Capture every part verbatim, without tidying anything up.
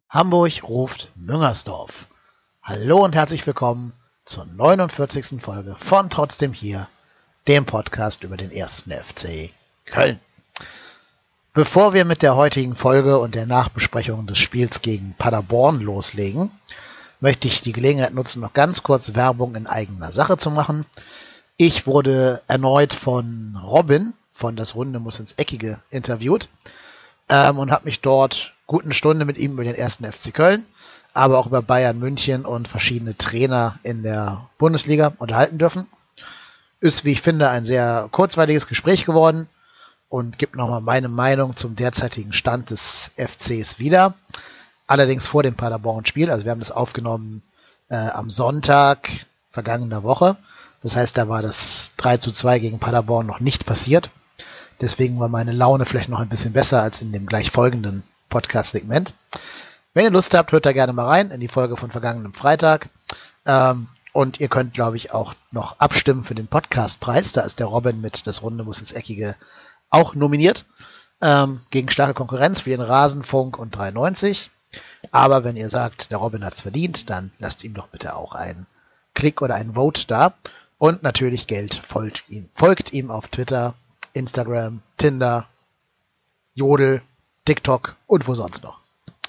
Hamburg ruft Müngersdorf. Hallo und herzlich willkommen zur neunundvierzigsten Folge von Trotzdem hier, dem Podcast über den ersten F C Köln. Bevor wir mit der heutigen Folge und der Nachbesprechung des Spiels gegen Paderborn loslegen, möchte ich die Gelegenheit nutzen, noch ganz kurz Werbung in eigener Sache zu machen. Ich wurde erneut von Robin von Das Runde muss ins Eckige interviewt ähm, und habe mich dort gut eine Stunde mit ihm über den ersten F C Köln, aber auch über Bayern München und verschiedene Trainer in der Bundesliga unterhalten dürfen. Ist, wie ich finde, ein sehr kurzweiliges Gespräch geworden und gibt nochmal meine Meinung zum derzeitigen Stand des F Cs wieder. Allerdings vor dem Paderborn-Spiel, also wir haben das aufgenommen äh, am Sonntag vergangener Woche. Das heißt, da war das drei zu zwei gegen Paderborn noch nicht passiert. Deswegen war meine Laune vielleicht noch ein bisschen besser als in dem gleich folgenden Podcast-Segment. Wenn ihr Lust habt, hört da gerne mal rein in die Folge von vergangenem Freitag. Ähm, und ihr könnt, glaube ich, auch noch abstimmen für den Podcastpreis. Da ist der Robin mit Das Runde muss ins Eckige auch nominiert. Ähm, gegen starke Konkurrenz für den Rasenfunk und drei neunzig. Aber wenn ihr sagt, der Robin hat's verdient, dann lasst ihm doch bitte auch einen Klick oder einen Vote da. Und natürlich Geld folgt ihm. Folgt ihm auf Twitter, Instagram, Tinder, Jodel, TikTok und wo sonst noch.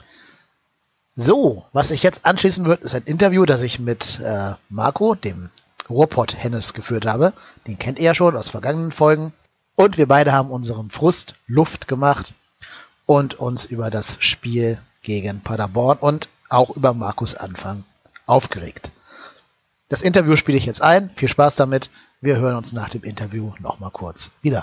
So, was ich jetzt anschließen wird, ist ein Interview, das ich mit äh, Marco, dem Ruhrpott-Hennes, geführt habe. Den kennt ihr ja schon aus vergangenen Folgen. Und wir beide haben unserem Frust Luft gemacht und uns über das Spiel gegen Paderborn und auch über Markus Anfang aufgeregt. Das Interview spiele ich jetzt ein. Viel Spaß damit. Wir hören uns nach dem Interview nochmal kurz wieder.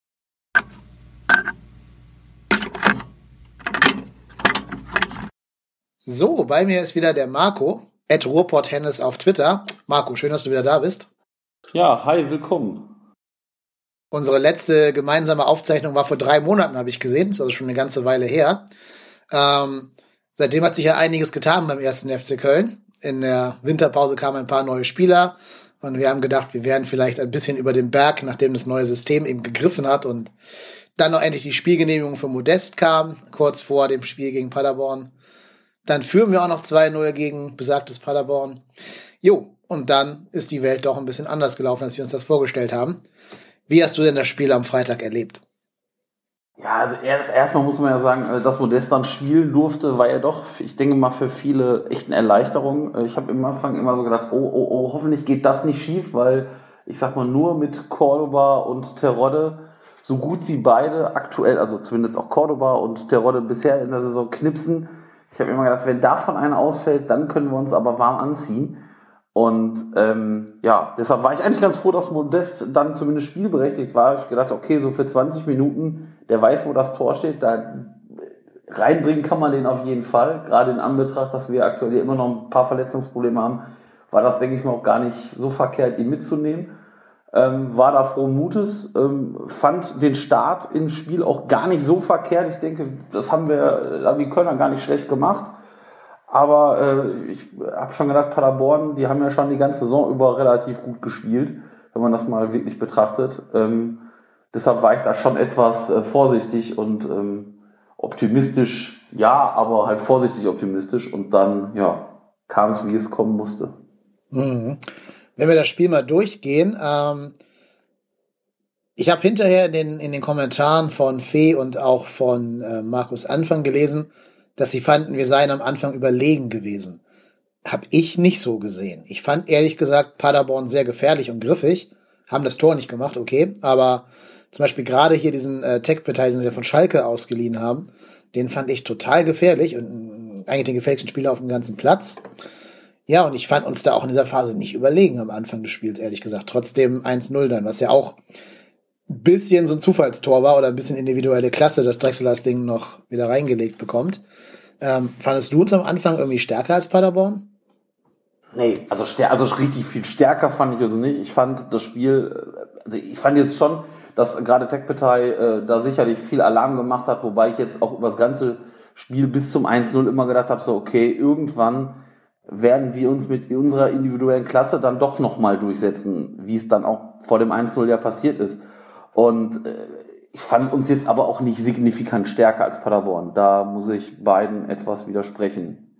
So, bei mir ist wieder der Marco, at Ruhrpott-Hennes auf Twitter. Marco, schön, dass du wieder da bist. Ja, hi, willkommen. Unsere letzte gemeinsame Aufzeichnung war vor drei Monaten, habe ich gesehen. Das ist also schon eine ganze Weile her. Ähm, seitdem hat sich ja einiges getan beim ersten F C Köln. In der Winterpause kamen ein paar neue Spieler und wir haben gedacht, wir wären vielleicht ein bisschen über den Berg, nachdem das neue System eben gegriffen hat und dann noch endlich die Spielgenehmigung für Modest kam, kurz vor dem Spiel gegen Paderborn. Dann führen wir auch noch zwei null gegen besagtes Paderborn. Jo, und dann ist die Welt doch ein bisschen anders gelaufen, als wir uns das vorgestellt haben. Wie hast du denn das Spiel am Freitag erlebt? Ja, also erst erstmal muss man ja sagen, dass Modest dann spielen durfte, war ja doch, ich denke mal, für viele echt eine Erleichterung. Ich habe am Anfang immer so gedacht, oh, oh, oh, hoffentlich geht das nicht schief, weil ich sag mal, nur mit Cordoba und Terodde, so gut sie beide aktuell, also zumindest auch Cordoba und Terodde bisher in der Saison knipsen, ich habe immer gedacht, wenn davon einer ausfällt, dann können wir uns aber warm anziehen. Und ähm, ja, deshalb war ich eigentlich ganz froh, dass Modest dann zumindest spielberechtigt war. Ich habe gedacht, okay, so für zwanzig Minuten, der weiß, wo das Tor steht, da reinbringen kann man den auf jeden Fall. Gerade in Anbetracht, dass wir aktuell immer noch ein paar Verletzungsprobleme haben, war das, denke ich mal, auch gar nicht so verkehrt, ihn mitzunehmen. Ähm, war da frohen Mutes, ähm, fand den Start ins Spiel auch gar nicht so verkehrt. Ich denke, das haben wir, haben die Kölner gar nicht schlecht gemacht. Aber äh, ich habe schon gedacht, Paderborn, die haben ja schon die ganze Saison über relativ gut gespielt, wenn man das mal wirklich betrachtet. Ähm, deshalb war ich da schon etwas äh, vorsichtig und ähm, optimistisch, ja, aber halt vorsichtig optimistisch. Und dann, ja, kam es, wie es kommen musste. Mhm. Wenn wir das Spiel mal durchgehen, ähm, ich habe hinterher in den, in den Kommentaren von Fee und auch von äh, Markus Anfang gelesen, dass sie fanden, wir seien am Anfang überlegen gewesen. Hab ich nicht so gesehen. Ich fand ehrlich gesagt Paderborn sehr gefährlich und griffig, haben das Tor nicht gemacht, okay, aber zum Beispiel gerade hier diesen äh, Tech-Partei, den sie ja von Schalke ausgeliehen haben, den fand ich total gefährlich und äh, eigentlich den gefährlichsten Spieler auf dem ganzen Platz. Ja, und ich fand uns da auch in dieser Phase nicht überlegen am Anfang des Spiels, ehrlich gesagt. Trotzdem eins null dann, was ja auch ein bisschen so ein Zufallstor war oder ein bisschen individuelle Klasse, dass Drexler das Ding noch wieder reingelegt bekommt. Ähm, fandest du uns am Anfang irgendwie stärker als Paderborn? Nee, also, stär- also richtig viel stärker fand ich also nicht. Ich fand das Spiel, also ich fand jetzt schon, dass gerade Tech-Partei äh, da sicherlich viel Alarm gemacht hat, wobei ich jetzt auch über das ganze Spiel bis zum eins null immer gedacht habe, so okay, irgendwann werden wir uns mit unserer individuellen Klasse dann doch nochmal durchsetzen, wie es dann auch vor dem eins null ja passiert ist. Und äh, ich fand uns jetzt aber auch nicht signifikant stärker als Paderborn. Da muss ich beiden etwas widersprechen.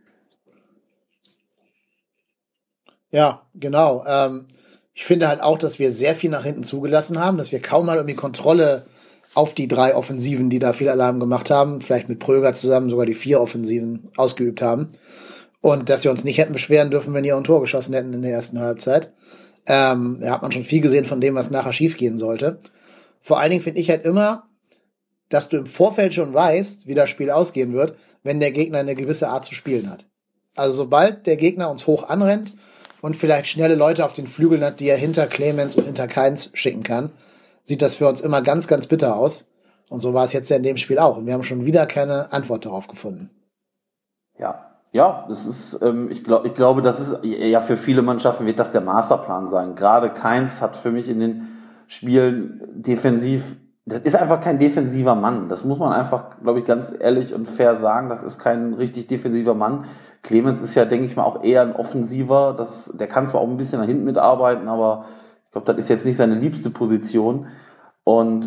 Ja, genau. Ähm, ich finde halt auch, dass wir sehr viel nach hinten zugelassen haben, dass wir kaum mal irgendwie Kontrolle auf die drei Offensiven, die da viel Alarm gemacht haben, vielleicht mit Pröger zusammen sogar die vier Offensiven ausgeübt haben. Und dass wir uns nicht hätten beschweren dürfen, wenn die auch ein Tor geschossen hätten in der ersten Halbzeit. Ähm, da hat man schon viel gesehen von dem, was nachher schiefgehen sollte. Vor allen Dingen finde ich halt immer, dass du im Vorfeld schon weißt, wie das Spiel ausgehen wird, wenn der Gegner eine gewisse Art zu spielen hat. Also sobald der Gegner uns hoch anrennt und vielleicht schnelle Leute auf den Flügeln hat, die er hinter Clemens und hinter Kainz schicken kann, sieht das für uns immer ganz, ganz bitter aus. Und so war es jetzt ja in dem Spiel auch. Und wir haben schon wieder keine Antwort darauf gefunden. Ja, ja, das ist, ähm, ich glaube, ich glaube, das ist ja für viele Mannschaften wird das der Masterplan sein. Gerade Kainz hat für mich in den Spielen defensiv, das ist einfach kein defensiver Mann. Das muss man einfach, glaube ich, ganz ehrlich und fair sagen. Das ist kein richtig defensiver Mann. Clemens ist ja, denke ich mal, auch eher ein Offensiver. Das, der kann zwar auch ein bisschen nach hinten mitarbeiten, aber ich glaube, das ist jetzt nicht seine liebste Position. Und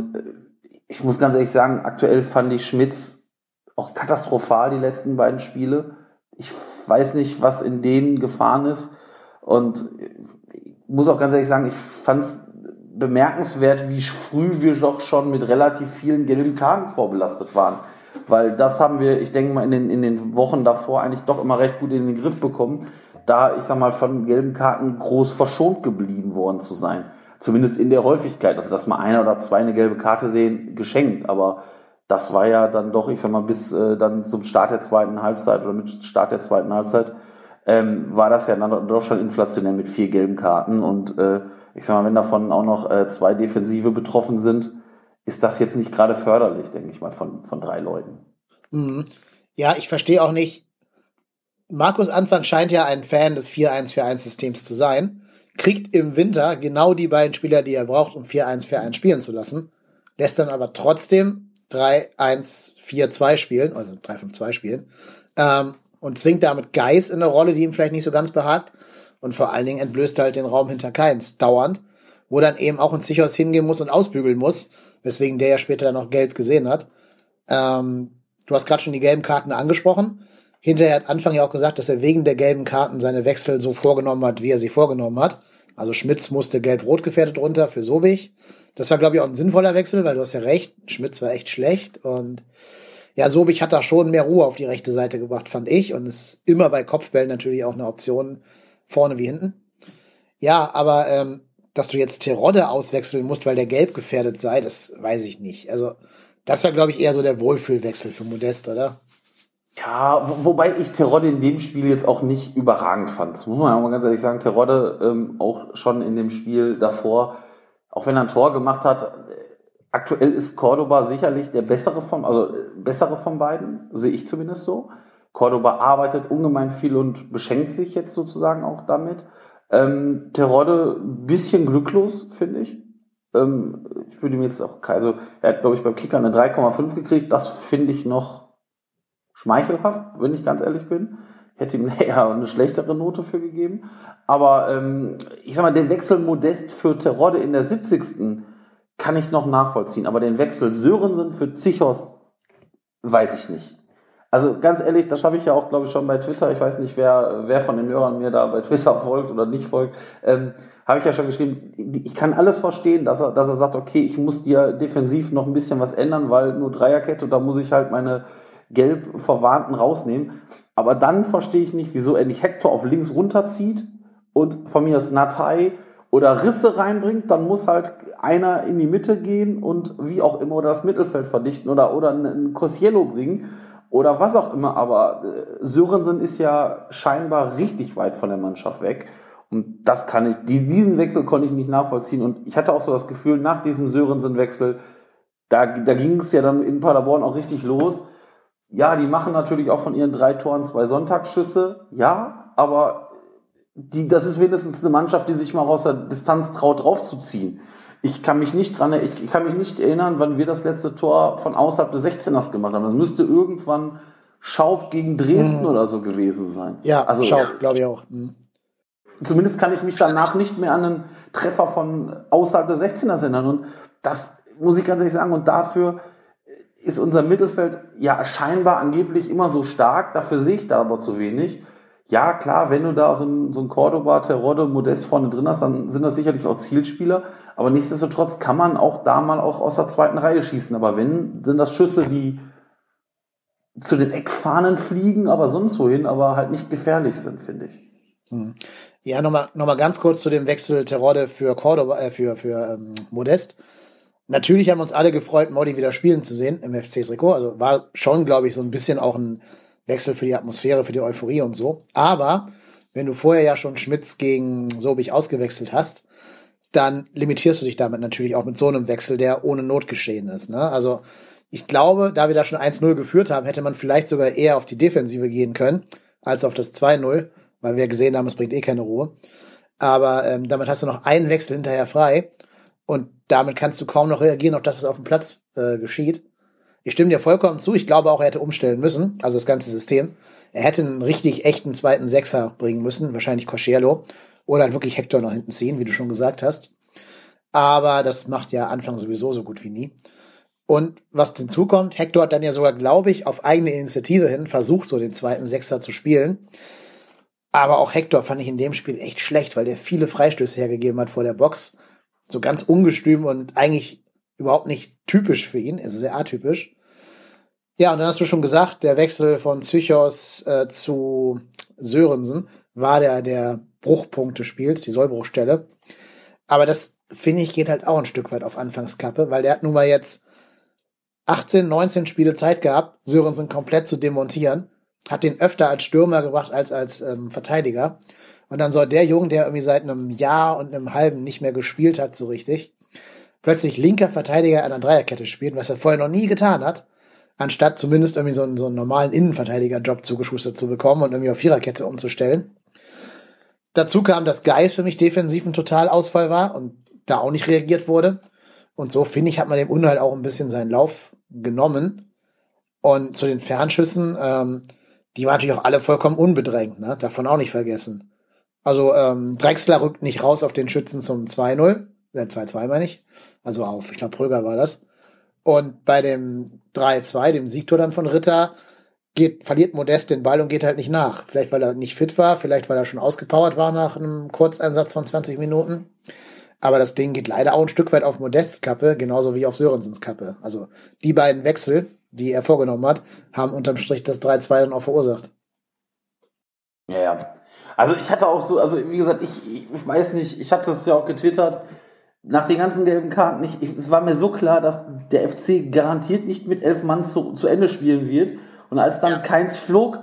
ich muss ganz ehrlich sagen, aktuell fand ich Schmitz auch katastrophal die letzten beiden Spiele. Ich weiß nicht, was in denen gefahren ist. Und ich muss auch ganz ehrlich sagen, ich fand es bemerkenswert, wie früh wir doch schon mit relativ vielen gelben Karten vorbelastet waren. Weil das haben wir, ich denke mal, in den, in den Wochen davor eigentlich doch immer recht gut in den Griff bekommen, da, ich sag mal, von gelben Karten groß verschont geblieben worden zu sein. Zumindest in der Häufigkeit. Also, dass mal einer oder zwei eine gelbe Karte sehen, geschenkt. Aber das war ja dann doch, ich sag mal, bis äh, dann zum Start der zweiten Halbzeit oder mit Start der zweiten Halbzeit ähm, war das ja dann doch schon inflationär mit vier gelben Karten. Und äh, ich sag mal, wenn davon auch noch äh, zwei Defensive betroffen sind, ist das jetzt nicht gerade förderlich, denke ich mal, von, von drei Leuten. Mhm. Ja, ich verstehe auch nicht. Markus Anfang scheint ja ein Fan des vier eins vier eins Systems zu sein, kriegt im Winter genau die beiden Spieler, die er braucht, um vier eins vier eins spielen zu lassen, lässt dann aber trotzdem drei eins vier zwei spielen, also drei fünf zwei spielen, ähm, und zwingt damit Geis in eine Rolle, die ihm vielleicht nicht so ganz behagt. Und vor allen Dingen entblößt halt den Raum hinter Kainz dauernd, wo dann eben auch ein Zichos hingehen muss und ausbügeln muss, weswegen der ja später dann noch gelb gesehen hat. Ähm, du hast gerade schon die gelben Karten angesprochen. Hinterher hat Anfang ja auch gesagt, dass er wegen der gelben Karten seine Wechsel so vorgenommen hat, wie er sie vorgenommen hat. Also Schmitz musste gelb-rot gefährdet runter für Sobich. Das war, glaube ich, auch ein sinnvoller Wechsel, weil du hast ja recht, Schmitz war echt schlecht. Und ja, Sobich hat da schon mehr Ruhe auf die rechte Seite gebracht, fand ich. Und ist immer bei Kopfbällen natürlich auch eine Option, vorne wie hinten. Ja, aber ähm, dass du jetzt Terodde auswechseln musst, weil der gelb gefährdet sei, das weiß ich nicht. Also das war, glaube ich, eher so der Wohlfühlwechsel für Modest, oder? Ja, wo, wobei ich Terodde in dem Spiel jetzt auch nicht überragend fand. Das muss man auch mal ganz ehrlich sagen. Terodde ähm, auch schon in dem Spiel davor, auch wenn er ein Tor gemacht hat, aktuell ist Cordoba sicherlich der bessere von, also bessere von beiden, sehe ich zumindest so. Cordoba arbeitet ungemein viel und beschenkt sich jetzt sozusagen auch damit. Ähm, Terodde ein bisschen glücklos, finde ich. Ähm, ich würde ihm jetzt auch, also er hat, glaube ich, beim Kicker eine drei Komma fünf gekriegt. Das finde ich noch schmeichelhaft, wenn ich ganz ehrlich bin. Ich hätte ihm eher eine schlechtere Note für gegeben. Aber ähm, ich sag mal, den Wechsel Modest für Terodde in der siebzigsten kann ich noch nachvollziehen. Aber den Wechsel Sörensen für Zichos weiß ich nicht. Also ganz ehrlich, das habe ich ja auch, glaube ich, schon bei Twitter, ich weiß nicht, wer wer von den Hörern mir da bei Twitter folgt oder nicht folgt, ähm, habe ich ja schon geschrieben, ich kann alles verstehen, dass er dass er sagt, okay, ich muss dir defensiv noch ein bisschen was ändern, weil nur Dreierkette, da muss ich halt meine gelb Verwarnten rausnehmen. Aber dann verstehe ich nicht, wieso er nicht Hector auf links runterzieht und von mir aus Natai oder Risse reinbringt, dann muss halt einer in die Mitte gehen und wie auch immer oder das Mittelfeld verdichten oder oder einen Kosciello bringen. Oder was auch immer, aber äh, Sörensen ist ja scheinbar richtig weit von der Mannschaft weg. Und das kann ich, die, diesen Wechsel konnte ich nicht nachvollziehen. Und ich hatte auch so das Gefühl, nach diesem Sörensen-Wechsel, da, da ging es ja dann in Paderborn auch richtig los. Ja, die machen natürlich auch von ihren drei Toren zwei Sonntagsschüsse. Ja, aber die, das ist wenigstens eine Mannschaft, die sich mal aus der Distanz traut, draufzuziehen. Ich kann mich nicht dran, ich, ich kann mich nicht erinnern, wann wir das letzte Tor von außerhalb des sechzehners gemacht haben. Das müsste irgendwann Schaub gegen Dresden mhm. oder so gewesen sein. Ja, also Schaub, glaube ich auch. Mhm. Zumindest kann ich mich danach nicht mehr an einen Treffer von außerhalb des sechzehners erinnern. Und das muss ich ganz ehrlich sagen, und dafür ist unser Mittelfeld ja scheinbar angeblich immer so stark, dafür sehe ich da aber zu wenig. Ja, klar, wenn du da so ein, so ein Cordoba, Terodde, Modest vorne drin hast, dann sind das sicherlich auch Zielspieler, aber nichtsdestotrotz kann man auch da mal auch aus der zweiten Reihe schießen, aber wenn, sind das Schüsse, die zu den Eckfahnen fliegen, aber sonst wohin, aber halt nicht gefährlich sind, finde ich. Hm. Ja, nochmal noch mal ganz kurz zu dem Wechsel Terodde für Cordoba, äh, für, für ähm, Modest. Natürlich haben wir uns alle gefreut, Modi wieder spielen zu sehen im F C-Trikot. Also war schon, glaube ich, so ein bisschen auch ein Wechsel für die Atmosphäre, für die Euphorie und so. Aber wenn du vorher ja schon Schmitz gegen Sobich ausgewechselt hast, dann limitierst du dich damit natürlich auch mit so einem Wechsel, der ohne Not geschehen ist. Ne? Also ich glaube, da wir da schon eins null geführt haben, hätte man vielleicht sogar eher auf die Defensive gehen können, als auf das zwei null, weil wir gesehen haben, es bringt eh keine Ruhe. Aber ähm, damit hast du noch einen Wechsel hinterher frei und damit kannst du kaum noch reagieren auf das, was auf dem Platz äh, geschieht. Ich stimme dir vollkommen zu. Ich glaube auch, er hätte umstellen müssen, also das ganze System. Er hätte einen richtig echten zweiten Sechser bringen müssen, wahrscheinlich Cosciello, oder halt wirklich Hector noch hinten ziehen, wie du schon gesagt hast. Aber das macht ja Anfang sowieso so gut wie nie. Und was hinzukommt, Hector hat dann ja sogar, glaube ich, auf eigene Initiative hin versucht, so den zweiten Sechser zu spielen. Aber auch Hector fand ich in dem Spiel echt schlecht, weil der viele Freistöße hergegeben hat vor der Box. So ganz ungestüm und eigentlich überhaupt nicht typisch für ihn, also sehr atypisch. Ja, und dann hast du schon gesagt, der Wechsel von Psychos äh, zu Sörensen war der, der Bruchpunkt des Spiels, die Sollbruchstelle. Aber das, finde ich, geht halt auch ein Stück weit auf Anfangskappe, weil der hat nun mal jetzt achtzehn, neunzehn Spiele Zeit gehabt, Sörensen komplett zu demontieren, hat den öfter als Stürmer gebracht als als ähm, Verteidiger. Und dann soll der Junge, der irgendwie seit einem Jahr und einem halben nicht mehr gespielt hat, so richtig, plötzlich linker Verteidiger einer Dreierkette spielen, was er vorher noch nie getan hat, anstatt zumindest irgendwie so einen, so einen normalen Innenverteidiger-Job zugeschustert zu bekommen und irgendwie auf Viererkette umzustellen. Dazu kam, dass Geis für mich defensiv ein Totalausfall war und da auch nicht reagiert wurde. Und so, finde ich, hat man dem Unheil auch ein bisschen seinen Lauf genommen. Und zu den Fernschüssen, ähm, die waren natürlich auch alle vollkommen unbedrängt, ne? Davon auch nicht vergessen. Also ähm, Drexler rückt nicht raus auf den Schützen zum zwei null, äh, zwei zwei meine ich. Also auf, ich glaube, Pröger war das. Und bei dem drei zwei, dem Siegtor dann von Ritter, geht, verliert Modest den Ball und geht halt nicht nach. Vielleicht, weil er nicht fit war, vielleicht, weil er schon ausgepowert war nach einem Kurzeinsatz von zwanzig Minuten. Aber das Ding geht leider auch ein Stück weit auf Modests Kappe, genauso wie auf Sörensens Kappe. Also die beiden Wechsel, die er vorgenommen hat, haben unterm Strich das drei zwei dann auch verursacht. Ja, ja. Also ich hatte auch so, also wie gesagt, ich, ich weiß nicht, ich hatte es ja auch getwittert, nach den ganzen gelben Karten, ich, ich, es war mir so klar, dass der F C garantiert nicht mit elf Mann zu, zu Ende spielen wird. Und als dann ja. keins flog,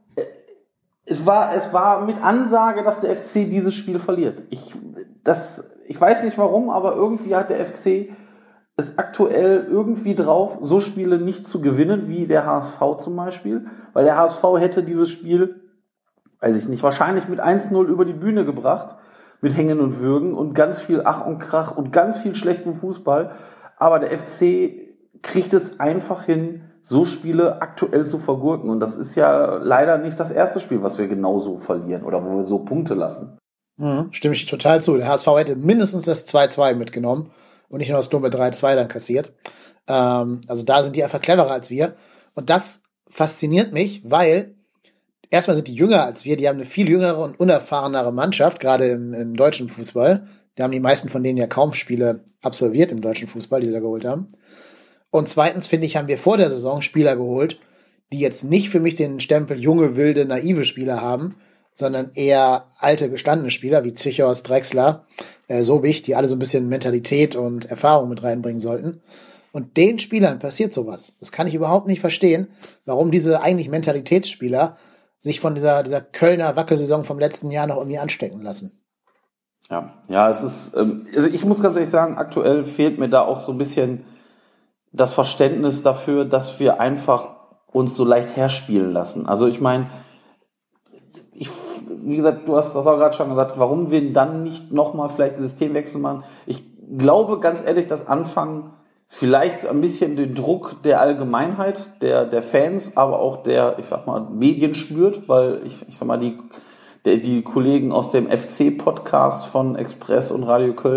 es war, es war mit Ansage, dass der F C dieses Spiel verliert. Ich, das, ich weiß nicht warum, aber irgendwie hat der F C es aktuell irgendwie drauf, so Spiele nicht zu gewinnen, wie der H S V zum Beispiel. Weil der H S V hätte dieses Spiel, weiß ich nicht, wahrscheinlich mit eins null über die Bühne gebracht, mit Hängen und Würgen und ganz viel Ach und Krach und ganz viel schlechten Fußball. Aber der F C kriegt es einfach hin, so Spiele aktuell zu vergurken. Und das ist ja leider nicht das erste Spiel, was wir genauso verlieren oder wo wir so Punkte lassen. Mhm, stimme ich total zu. Der H S V hätte mindestens das zwei zwei mitgenommen und nicht nur das dumme drei zwei dann kassiert. Ähm, also da sind die einfach cleverer als wir. Und das fasziniert mich, weil erstmal sind die jünger als wir, die haben eine viel jüngere und unerfahrenere Mannschaft, gerade im, im deutschen Fußball. Da haben die meisten von denen ja kaum Spiele absolviert im deutschen Fußball, die sie da geholt haben. Und zweitens, finde ich, haben wir vor der Saison Spieler geholt, die jetzt nicht für mich den Stempel junge, wilde, naive Spieler haben, sondern eher alte, gestandene Spieler wie Zichos, Drexler, äh, Sobich, die alle so ein bisschen Mentalität und Erfahrung mit reinbringen sollten. Und den Spielern passiert sowas. Das kann ich überhaupt nicht verstehen, warum diese eigentlich Mentalitätsspieler sich von dieser, dieser Kölner Wackelsaison vom letzten Jahr noch irgendwie anstecken lassen. Ja, ja, es ist, ähm, also ich muss ganz ehrlich sagen, aktuell fehlt mir da auch so ein bisschen das Verständnis dafür, dass wir einfach uns so leicht herspielen lassen. Also ich meine, ich, wie gesagt, du hast das auch gerade schon gesagt, warum wir dann nicht nochmal vielleicht den Systemwechsel machen. Ich glaube ganz ehrlich, dass Anfang vielleicht ein bisschen den Druck der Allgemeinheit, der, der Fans, aber auch der, ich sag mal, Medien spürt, weil ich, ich sag mal, die, der, die Kollegen aus dem F C-Podcast von Express und Radio Köln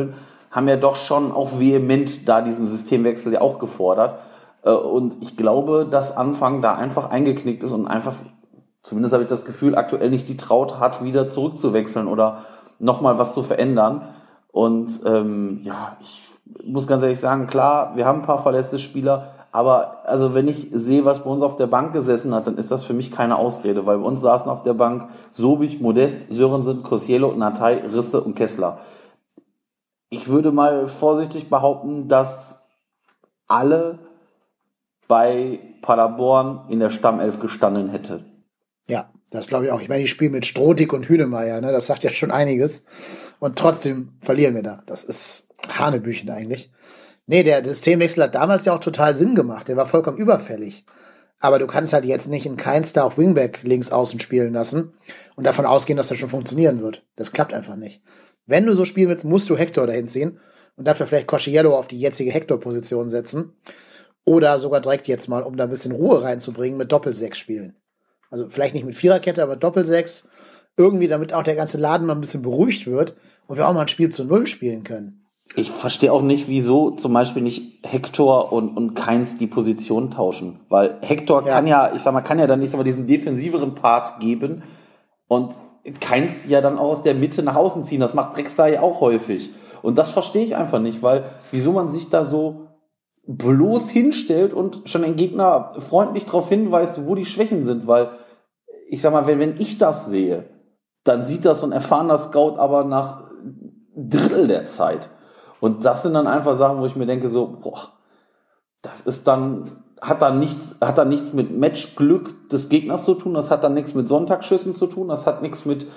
haben ja doch schon auch vehement da diesen Systemwechsel ja auch gefordert. Und ich glaube, dass Anfang da einfach eingeknickt ist und einfach, zumindest habe ich das Gefühl, aktuell nicht die Traut hat, wieder zurückzuwechseln oder nochmal was zu verändern. Und ähm, ja, ich muss ganz ehrlich sagen, klar, wir haben ein paar verletzte Spieler, aber also wenn ich sehe, was bei uns auf der Bank gesessen hat, dann ist das für mich keine Ausrede, weil bei uns saßen auf der Bank Sobich, Modest, Sörensen, Kosciello, Natay, Risse und Kessler. Ich würde mal vorsichtig behaupten, dass alle bei Paderborn in der Stammelf gestanden hätte. Ja, das glaube ich auch. Ich meine, die spielen mit Strohdick und Hünemeyer, ne? Das sagt ja schon einiges. Und trotzdem verlieren wir da. Das ist hanebüchen eigentlich. Nee, der Systemwechsel hat damals ja auch total Sinn gemacht. Der war vollkommen überfällig. Aber du kannst halt jetzt nicht in Keinstar auf Wingback links außen spielen lassen und davon ausgehen, dass das schon funktionieren wird. Das klappt einfach nicht. Wenn du so spielen willst, musst du Hector dahin ziehen und dafür vielleicht Kosciello auf die jetzige Hector-Position setzen. Oder sogar direkt jetzt mal, um da ein bisschen Ruhe reinzubringen, mit Doppelsechs spielen. Also vielleicht nicht mit Viererkette, aber Doppelsechs. Irgendwie, damit auch der ganze Laden mal ein bisschen beruhigt wird und wir auch mal ein Spiel zu Null spielen können. Ich verstehe auch nicht, wieso zum Beispiel nicht Hector und, und Keins die Position tauschen. Weil Hector ja. kann ja, ich sag mal, kann ja dann nicht so diesen defensiveren Part geben und Keins ja dann auch aus der Mitte nach außen ziehen. Das macht Drexler ja auch häufig. Und das verstehe ich einfach nicht, weil wieso man sich da so bloß hinstellt und schon den Gegner freundlich darauf hinweist, wo die Schwächen sind, weil ich sag mal, wenn, wenn ich das sehe, dann sieht das so ein erfahrener Scout aber nach Drittel der Zeit. Und das sind dann einfach Sachen, wo ich mir denke, so, boah, das ist dann, hat dann nichts, hat dann nichts mit Matchglück des Gegners zu tun, das hat dann nichts mit Sonntagsschüssen zu tun, das hat nichts mit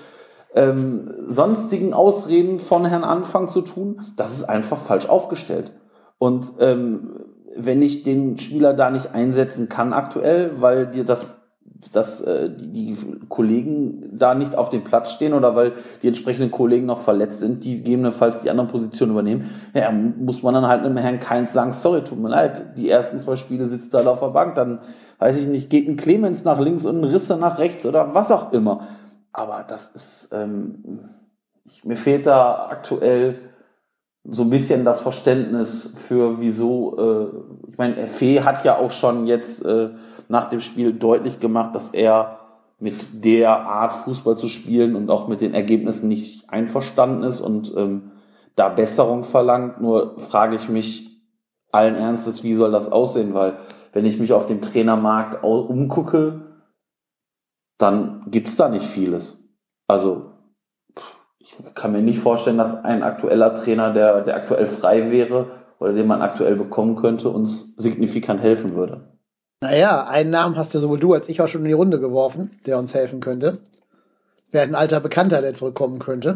ähm, sonstigen Ausreden von Herrn Anfang zu tun. Das ist einfach falsch aufgestellt. Und ähm, wenn ich den Spieler da nicht einsetzen kann aktuell, weil dir das, dass äh, die, die Kollegen da nicht auf dem Platz stehen oder weil die entsprechenden Kollegen noch verletzt sind, die gegebenenfalls die anderen Positionen übernehmen, ja, muss man dann halt einem Herrn Keins sagen, sorry, tut mir leid, die ersten zwei Spiele sitzt da auf der Bank, dann weiß ich nicht, geht ein Clemens nach links und ein Risse nach rechts oder was auch immer. Aber das ist, ähm, ich, mir fehlt da aktuell so ein bisschen das Verständnis für wieso, äh, ich meine, Fee hat ja auch schon jetzt äh, nach dem Spiel deutlich gemacht, dass er mit der Art Fußball zu spielen und auch mit den Ergebnissen nicht einverstanden ist und ähm, da Besserung verlangt. Nur frage ich mich allen Ernstes, wie soll das aussehen? Weil wenn ich mich auf dem Trainermarkt umgucke, dann gibt's da nicht vieles. Also ich kann mir nicht vorstellen, dass ein aktueller Trainer, der, der aktuell frei wäre oder den man aktuell bekommen könnte, uns signifikant helfen würde. Naja, einen Namen hast ja sowohl du als ich auch schon in die Runde geworfen, der uns helfen könnte. Wäre ein alter Bekannter, der zurückkommen könnte.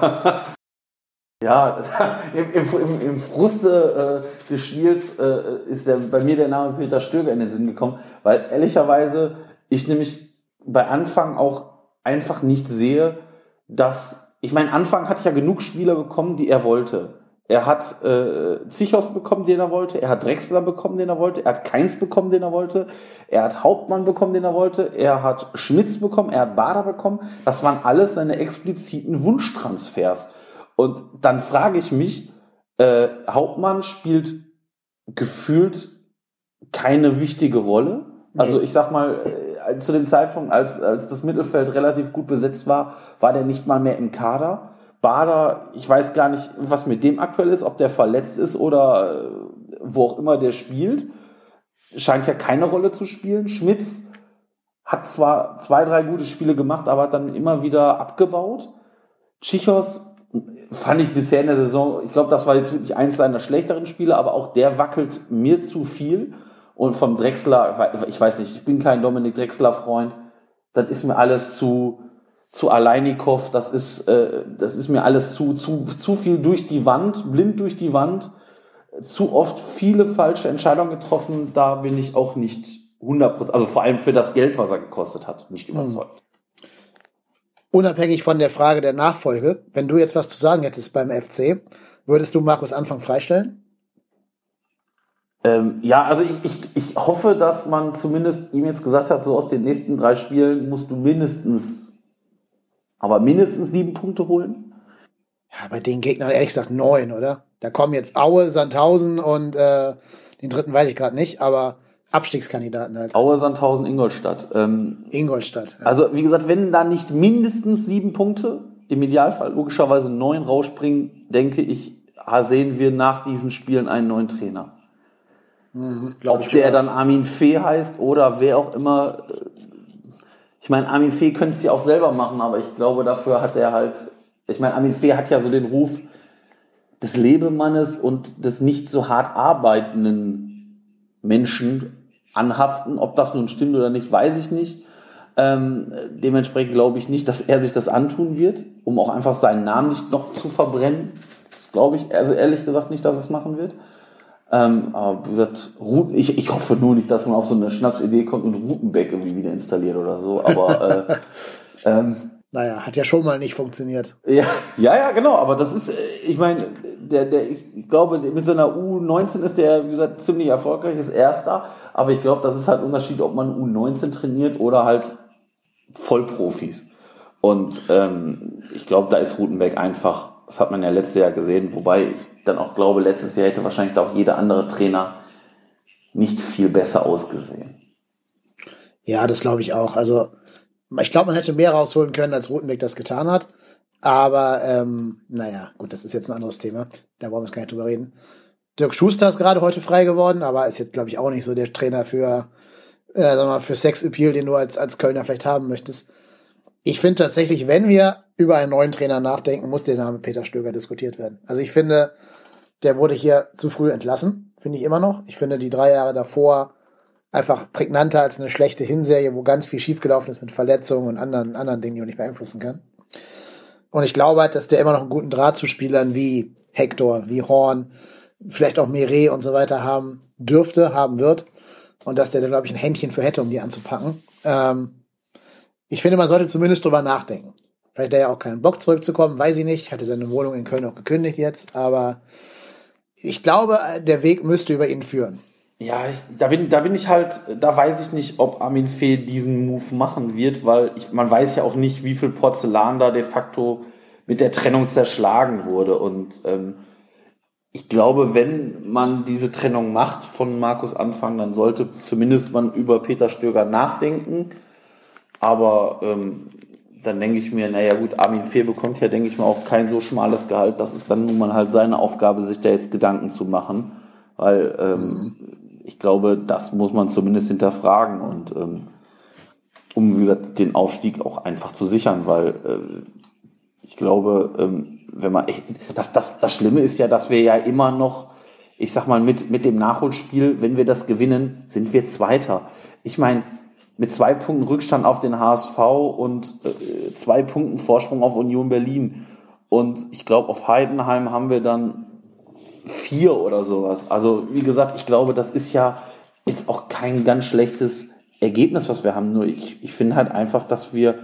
Ja, im, im, im Fruste äh, des Spiels äh, ist der, bei mir der Name Peter Stöger in den Sinn gekommen, weil ehrlicherweise ich nämlich bei Anfang auch einfach nicht sehe, dass, ich meine, Anfang hat ja genug Spieler bekommen, die er wollte. Er hat äh, Zichos bekommen, den er wollte, er hat Drexler bekommen, den er wollte, er hat Keins bekommen, den er wollte, er hat Hauptmann bekommen, den er wollte, er hat Schmitz bekommen, er hat Bader bekommen. Das waren alles seine expliziten Wunschtransfers. Und dann frage ich mich, äh, Hauptmann spielt gefühlt keine wichtige Rolle. Also ich sag mal, äh, zu dem Zeitpunkt, als, als das Mittelfeld relativ gut besetzt war, war der nicht mal mehr im Kader. Bader, ich weiß gar nicht, was mit dem aktuell ist, ob der verletzt ist oder äh, wo auch immer der spielt. Scheint ja keine Rolle zu spielen. Schmitz hat zwar zwei, drei gute Spiele gemacht, aber hat dann immer wieder abgebaut. Chichos fand ich bisher in der Saison, ich glaube, das war jetzt wirklich eins seiner schlechteren Spiele, aber auch der wackelt mir zu viel. Und vom Drexler, ich weiß nicht, ich bin kein Dominik Drexler-Freund, das ist mir alles zu, zu Aleinikow, das ist, äh, das ist mir alles zu, zu, zu viel durch die Wand, blind durch die Wand, zu oft viele falsche Entscheidungen getroffen, da bin ich auch nicht hundert Prozent, also vor allem für das Geld, was er gekostet hat, nicht überzeugt. Hm. Unabhängig von der Frage der Nachfolge, wenn du jetzt was zu sagen hättest beim F C, würdest du Markus Anfang freistellen? Ähm, ja, also ich, ich, ich hoffe, dass man zumindest ihm jetzt gesagt hat, so aus den nächsten drei Spielen musst du mindestens, aber mindestens sieben Punkte holen. Ja, bei den Gegnern ehrlich gesagt neun, oder? Da kommen jetzt Aue, Sandhausen und äh, den dritten weiß ich gerade nicht, aber Abstiegskandidaten halt. Aue, Sandhausen, Ingolstadt. Ähm, Ingolstadt. Ja. Also wie gesagt, wenn da nicht mindestens sieben Punkte, im Idealfall logischerweise neun rausspringen, denke ich, sehen wir nach diesen Spielen einen neuen Trainer. Mhm, Ob der dann Armin Fee heißt oder wer auch immer. Ich meine, Armin Fee könnte es ja auch selber machen, aber ich glaube, dafür hat er halt, ich meine, Armin Fee hat ja so den Ruf des Lebemannes und des nicht so hart arbeitenden Menschen anhaften. Ob das nun stimmt oder nicht, weiß ich nicht. Ähm, dementsprechend glaube ich nicht, dass er sich das antun wird, um auch einfach seinen Namen nicht noch zu verbrennen. Das glaube ich, also ehrlich gesagt nicht, dass es machen wird. Ähm, aber wie gesagt, Ruten, ich, ich hoffe nur nicht, dass man auf so eine Schnapsidee kommt und Rutenbeck irgendwie wieder installiert oder so. Aber äh, ähm, naja, hat ja schon mal nicht funktioniert. Ja, ja, ja, genau. Aber das ist, ich meine, der, der, ich glaube, mit seiner U neunzehn ist der, wie gesagt, ziemlich erfolgreich, ist Erster. Aber ich glaube, das ist halt ein Unterschied, ob man U neunzehn trainiert oder halt Vollprofis. Und ähm, ich glaube, da ist Rutenbeck einfach, das hat man ja letztes Jahr gesehen, wobei ich dann auch glaube, letztes Jahr hätte wahrscheinlich auch jeder andere Trainer nicht viel besser ausgesehen. Ja, das glaube ich auch. Also ich glaube, man hätte mehr rausholen können, als Rutenbeck das getan hat. Aber ähm, naja, gut, das ist jetzt ein anderes Thema. Da wollen wir gar nicht drüber reden. Dirk Schuster ist gerade heute frei geworden, aber ist jetzt, glaube ich, auch nicht so der Trainer für, äh, sagen wir mal, für Sex-Appeal, den du als, als Kölner vielleicht haben möchtest. Ich finde tatsächlich, wenn wir über einen neuen Trainer nachdenken, muss der Name Peter Stöger diskutiert werden. Also ich finde, der wurde hier zu früh entlassen, finde ich immer noch. Ich finde die drei Jahre davor einfach prägnanter als eine schlechte Hinserie, wo ganz viel schiefgelaufen ist mit Verletzungen und anderen, anderen Dingen, die man nicht beeinflussen kann. Und ich glaube halt, dass der immer noch einen guten Draht zu Spielern wie Hector, wie Horn, vielleicht auch Meret und so weiter haben dürfte, haben wird. Und dass der da, glaube ich, ein Händchen für hätte, um die anzupacken. Ähm, ich finde, man sollte zumindest drüber nachdenken. Vielleicht hat er ja auch keinen Bock zurückzukommen, weiß ich nicht. Hatte seine Wohnung in Köln auch gekündigt jetzt. Aber ich glaube, der Weg müsste über ihn führen. Ja, ich, da bin, da bin ich halt, da weiß ich nicht, ob Armin Fee diesen Move machen wird, weil ich, man weiß ja auch nicht, wie viel Porzellan da de facto mit der Trennung zerschlagen wurde. Und ähm, ich glaube, wenn man diese Trennung macht von Markus Anfang, dann sollte zumindest man über Peter Stöger nachdenken. Aber ähm, dann denke ich mir, naja gut, Armin Fee bekommt ja, denke ich mal, auch kein so schmales Gehalt. Das ist dann nun mal halt seine Aufgabe, sich da jetzt Gedanken zu machen. Weil ähm, ich glaube, das muss man zumindest hinterfragen. Und ähm, um, wie gesagt, den Aufstieg auch einfach zu sichern. Weil äh, ich glaube, ähm, wenn man, ich, das, das, das Schlimme ist ja, dass wir ja immer noch, ich sag mal, mit, mit dem Nachholspiel, wenn wir das gewinnen, sind wir Zweiter. Ich meine, mit zwei Punkten Rückstand auf den H S V und äh, zwei Punkten Vorsprung auf Union Berlin. Und ich glaube, auf Heidenheim haben wir dann vier oder sowas. Also, wie gesagt, ich glaube, das ist ja jetzt auch kein ganz schlechtes Ergebnis, was wir haben. Nur ich, ich finde halt einfach, dass wir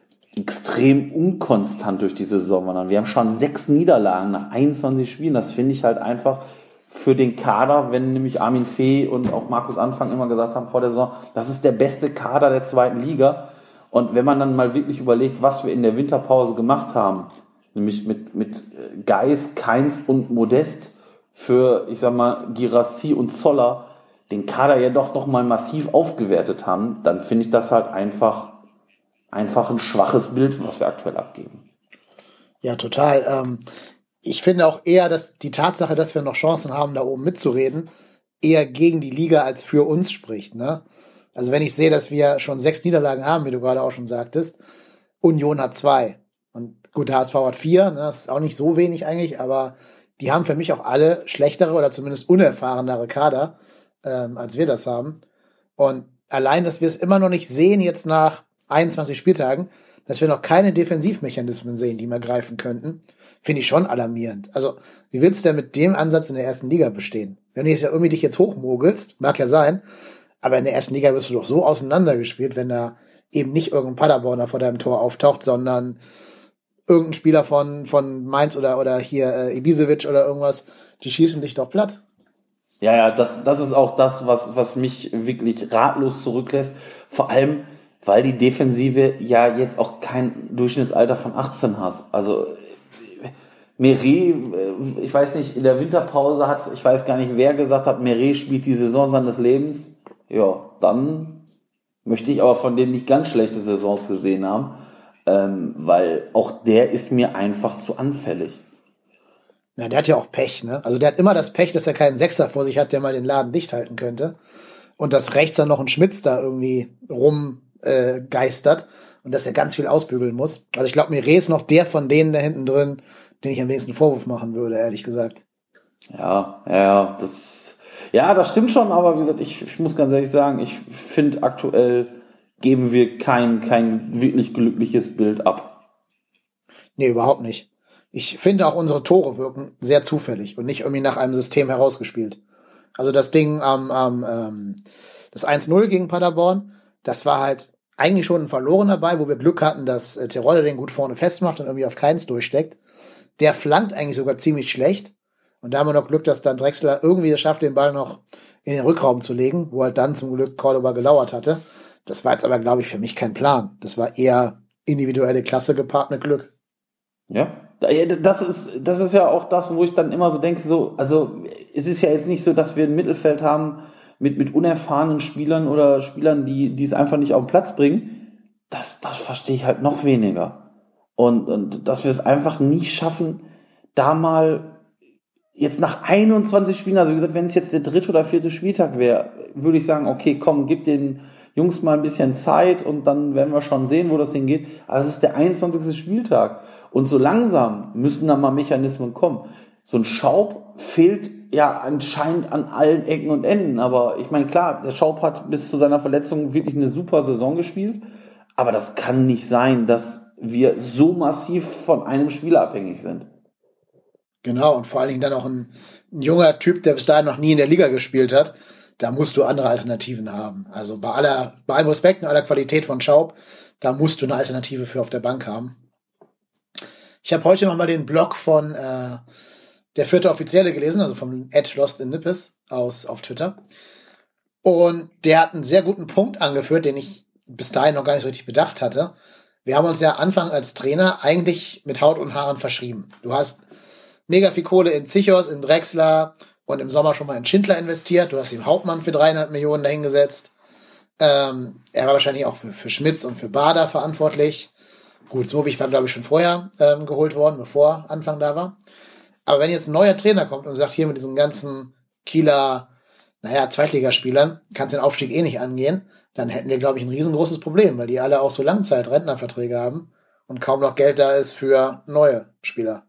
extrem unkonstant durch diese Saison wandern. Wir haben schon sechs Niederlagen nach einundzwanzig Spielen. Das finde ich halt einfach für den Kader, wenn nämlich Armin Fee und auch Markus Anfang immer gesagt haben vor der Saison, das ist der beste Kader der zweiten Liga. Und wenn man dann mal wirklich überlegt, was wir in der Winterpause gemacht haben, nämlich mit, mit Geis, Keins und Modest für, ich sag mal, Girassi und Zoller den Kader ja doch nochmal massiv aufgewertet haben, dann finde ich das halt einfach, einfach ein schwaches Bild, was wir aktuell abgeben. Ja, total. Ähm Ich finde auch eher, dass die Tatsache, dass wir noch Chancen haben, da oben mitzureden, eher gegen die Liga als für uns spricht, ne? Also wenn ich sehe, dass wir schon sechs Niederlagen haben, wie du gerade auch schon sagtest, Union hat zwei. Und gut, der H S V hat vier, ne? Das ist auch nicht so wenig eigentlich, aber die haben für mich auch alle schlechtere oder zumindest unerfahrenere Kader, ähm, als wir das haben. Und allein, dass wir es immer noch nicht sehen, jetzt nach einundzwanzig Spieltagen, dass wir noch keine Defensivmechanismen sehen, die wir greifen könnten, finde ich schon alarmierend. Also, wie willst du denn mit dem Ansatz in der ersten Liga bestehen? Wenn du jetzt ja irgendwie dich jetzt hochmogelst, mag ja sein, aber in der ersten Liga wirst du doch so auseinandergespielt, wenn da eben nicht irgendein Paderborner vor deinem Tor auftaucht, sondern irgendein Spieler von, von Mainz oder, oder hier äh, Ibisevic oder irgendwas, die schießen dich doch platt. Ja, ja, das, das ist auch das, was, was mich wirklich ratlos zurücklässt. Vor allem, weil die Defensive ja jetzt auch kein Durchschnittsalter von achtzehn hat. Also Meret, ich weiß nicht, in der Winterpause hat, ich weiß gar nicht, wer gesagt hat, Meret spielt die Saison seines Lebens. Ja, dann möchte ich aber von dem nicht ganz schlechte Saisons gesehen haben, ähm, weil auch der ist mir einfach zu anfällig. Na, der hat ja auch Pech, ne? Also der hat immer das Pech, dass er keinen Sechser vor sich hat, der mal den Laden dicht halten könnte. Und dass rechts dann noch ein Schmitz da irgendwie rumgeistert äh, geistert und dass er ganz viel ausbügeln muss. Also ich glaube, Meret ist noch der von denen da hinten drin, den ich am wenigsten Vorwurf machen würde, ehrlich gesagt. Ja, ja, das, ja, das stimmt schon, aber wie gesagt, ich, ich muss ganz ehrlich sagen, ich finde aktuell geben wir kein, kein wirklich glückliches Bild ab. Nee, überhaupt nicht. Ich finde auch unsere Tore wirken sehr zufällig und nicht irgendwie nach einem System herausgespielt. Also das Ding am, am ähm, das eins null gegen Paderborn, das war halt eigentlich schon ein verlorener Ball, wo wir Glück hatten, dass äh, Terodde den gut vorne festmacht und irgendwie auf keins durchsteckt. Der flankt eigentlich sogar ziemlich schlecht. Und da haben wir noch Glück, dass dann Drexler irgendwie es schafft, den Ball noch in den Rückraum zu legen, wo halt dann zum Glück Cordoba gelauert hatte. Das war jetzt aber, glaube ich, für mich kein Plan. Das war eher individuelle Klasse gepaart mit Glück. Ja, das ist, das ist ja auch das, wo ich dann immer so denke, so, also es ist ja jetzt nicht so, dass wir ein Mittelfeld haben mit, mit unerfahrenen Spielern oder Spielern, die, die es einfach nicht auf den Platz bringen. Das, das verstehe ich halt noch weniger. Und, und dass wir es einfach nicht schaffen, da mal jetzt nach einundzwanzig Spielen, also wie gesagt, wenn es jetzt der dritte oder vierte Spieltag wäre, würde ich sagen, okay, komm, gib den Jungs mal ein bisschen Zeit und dann werden wir schon sehen, wo das hingeht. Aber es ist der einundzwanzigste Spieltag und so langsam müssen da mal Mechanismen kommen. So ein Schaub fehlt ja anscheinend an allen Ecken und Enden, aber ich meine, klar, der Schaub hat bis zu seiner Verletzung wirklich eine super Saison gespielt, aber das kann nicht sein, dass wir so massiv von einem Spieler abhängig sind. Genau, und vor allen Dingen dann auch ein, ein junger Typ, der bis dahin noch nie in der Liga gespielt hat. Da musst du andere Alternativen haben. Also bei aller, bei allem Respekt und aller Qualität von Schaub, da musst du eine Alternative für auf der Bank haben. Ich habe heute noch mal den Blog von äh, der vierte Offizielle gelesen, also vom at Lost in Nippes aus auf Twitter. Und der hat einen sehr guten Punkt angeführt, den ich bis dahin noch gar nicht so richtig bedacht hatte. Wir haben uns ja Anfang als Trainer eigentlich mit Haut und Haaren verschrieben. Du hast mega viel Kohle in Zichos, in Drexler und im Sommer schon mal in Schindler investiert. Du hast den Hauptmann für dreieinhalb Millionen dahingesetzt. Ähm, er war wahrscheinlich auch für, für Schmitz und für Bader verantwortlich. Gut, Sobich war, glaube ich, schon vorher ähm, geholt worden, bevor Anfang da war. Aber wenn jetzt ein neuer Trainer kommt und sagt, hier mit diesen ganzen Kieler, naja, Zweitligaspielern, kannst den Aufstieg eh nicht angehen, dann hätten wir, glaube ich, ein riesengroßes Problem, weil die alle auch so Langzeit-Rentnerverträge haben und kaum noch Geld da ist für neue Spieler.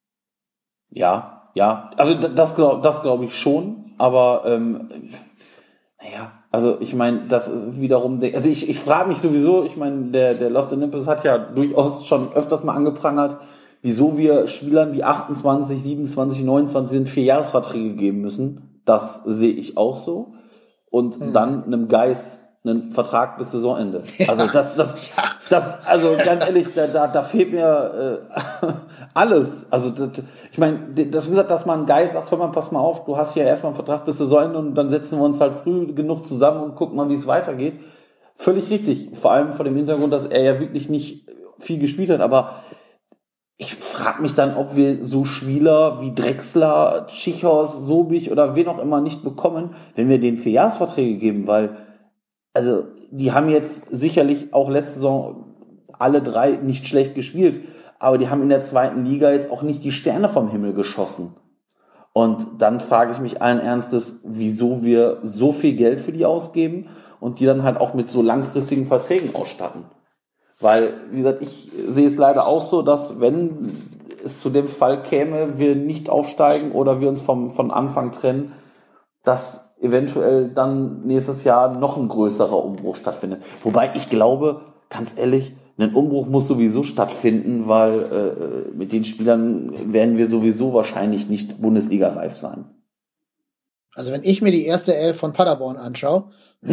Ja, ja, also das glaube das glaub ich schon, aber ähm, naja, also ich meine, das ist wiederum, also ich, ich frage mich sowieso, ich meine, der, der Lost in Nippes hat ja durchaus schon öfters mal angeprangert, wieso wir Spielern, die achtundzwanzig, siebenundzwanzig, neunundzwanzig sind, vier Jahresverträge geben müssen. Das sehe ich auch so. Und hm. dann einem Geist einen Vertrag bis Saisonende. Ja. Also das, das, das, also ganz ehrlich, da, da, da fehlt mir äh, alles. Also das, ich meine, das wie gesagt, dass man Geist sagt, hör mal, pass mal auf, du hast hier erstmal einen Vertrag bis Saisonende und dann setzen wir uns halt früh genug zusammen und gucken mal, wie es weitergeht. Völlig richtig. Vor allem vor dem Hintergrund, dass er ja wirklich nicht viel gespielt hat, aber ich frage mich dann, ob wir so Spieler wie Drexler, Tschichos, Sobich oder wen auch immer nicht bekommen, wenn wir denen Vierjahresverträge geben, weil, also, die haben jetzt sicherlich auch letzte Saison alle drei nicht schlecht gespielt, aber die haben in der zweiten Liga jetzt auch nicht die Sterne vom Himmel geschossen. Und dann frage ich mich allen Ernstes, wieso wir so viel Geld für die ausgeben und die dann halt auch mit so langfristigen Verträgen ausstatten. Weil, wie gesagt, ich sehe es leider auch so, dass wenn es zu dem Fall käme, wir nicht aufsteigen oder wir uns vom, von Anfang trennen, dass eventuell dann nächstes Jahr noch ein größerer Umbruch stattfindet. Wobei ich glaube, ganz ehrlich, ein Umbruch muss sowieso stattfinden, weil äh, mit den Spielern werden wir sowieso wahrscheinlich nicht Bundesliga-reif sein. Also wenn ich mir die erste Elf von Paderborn anschaue,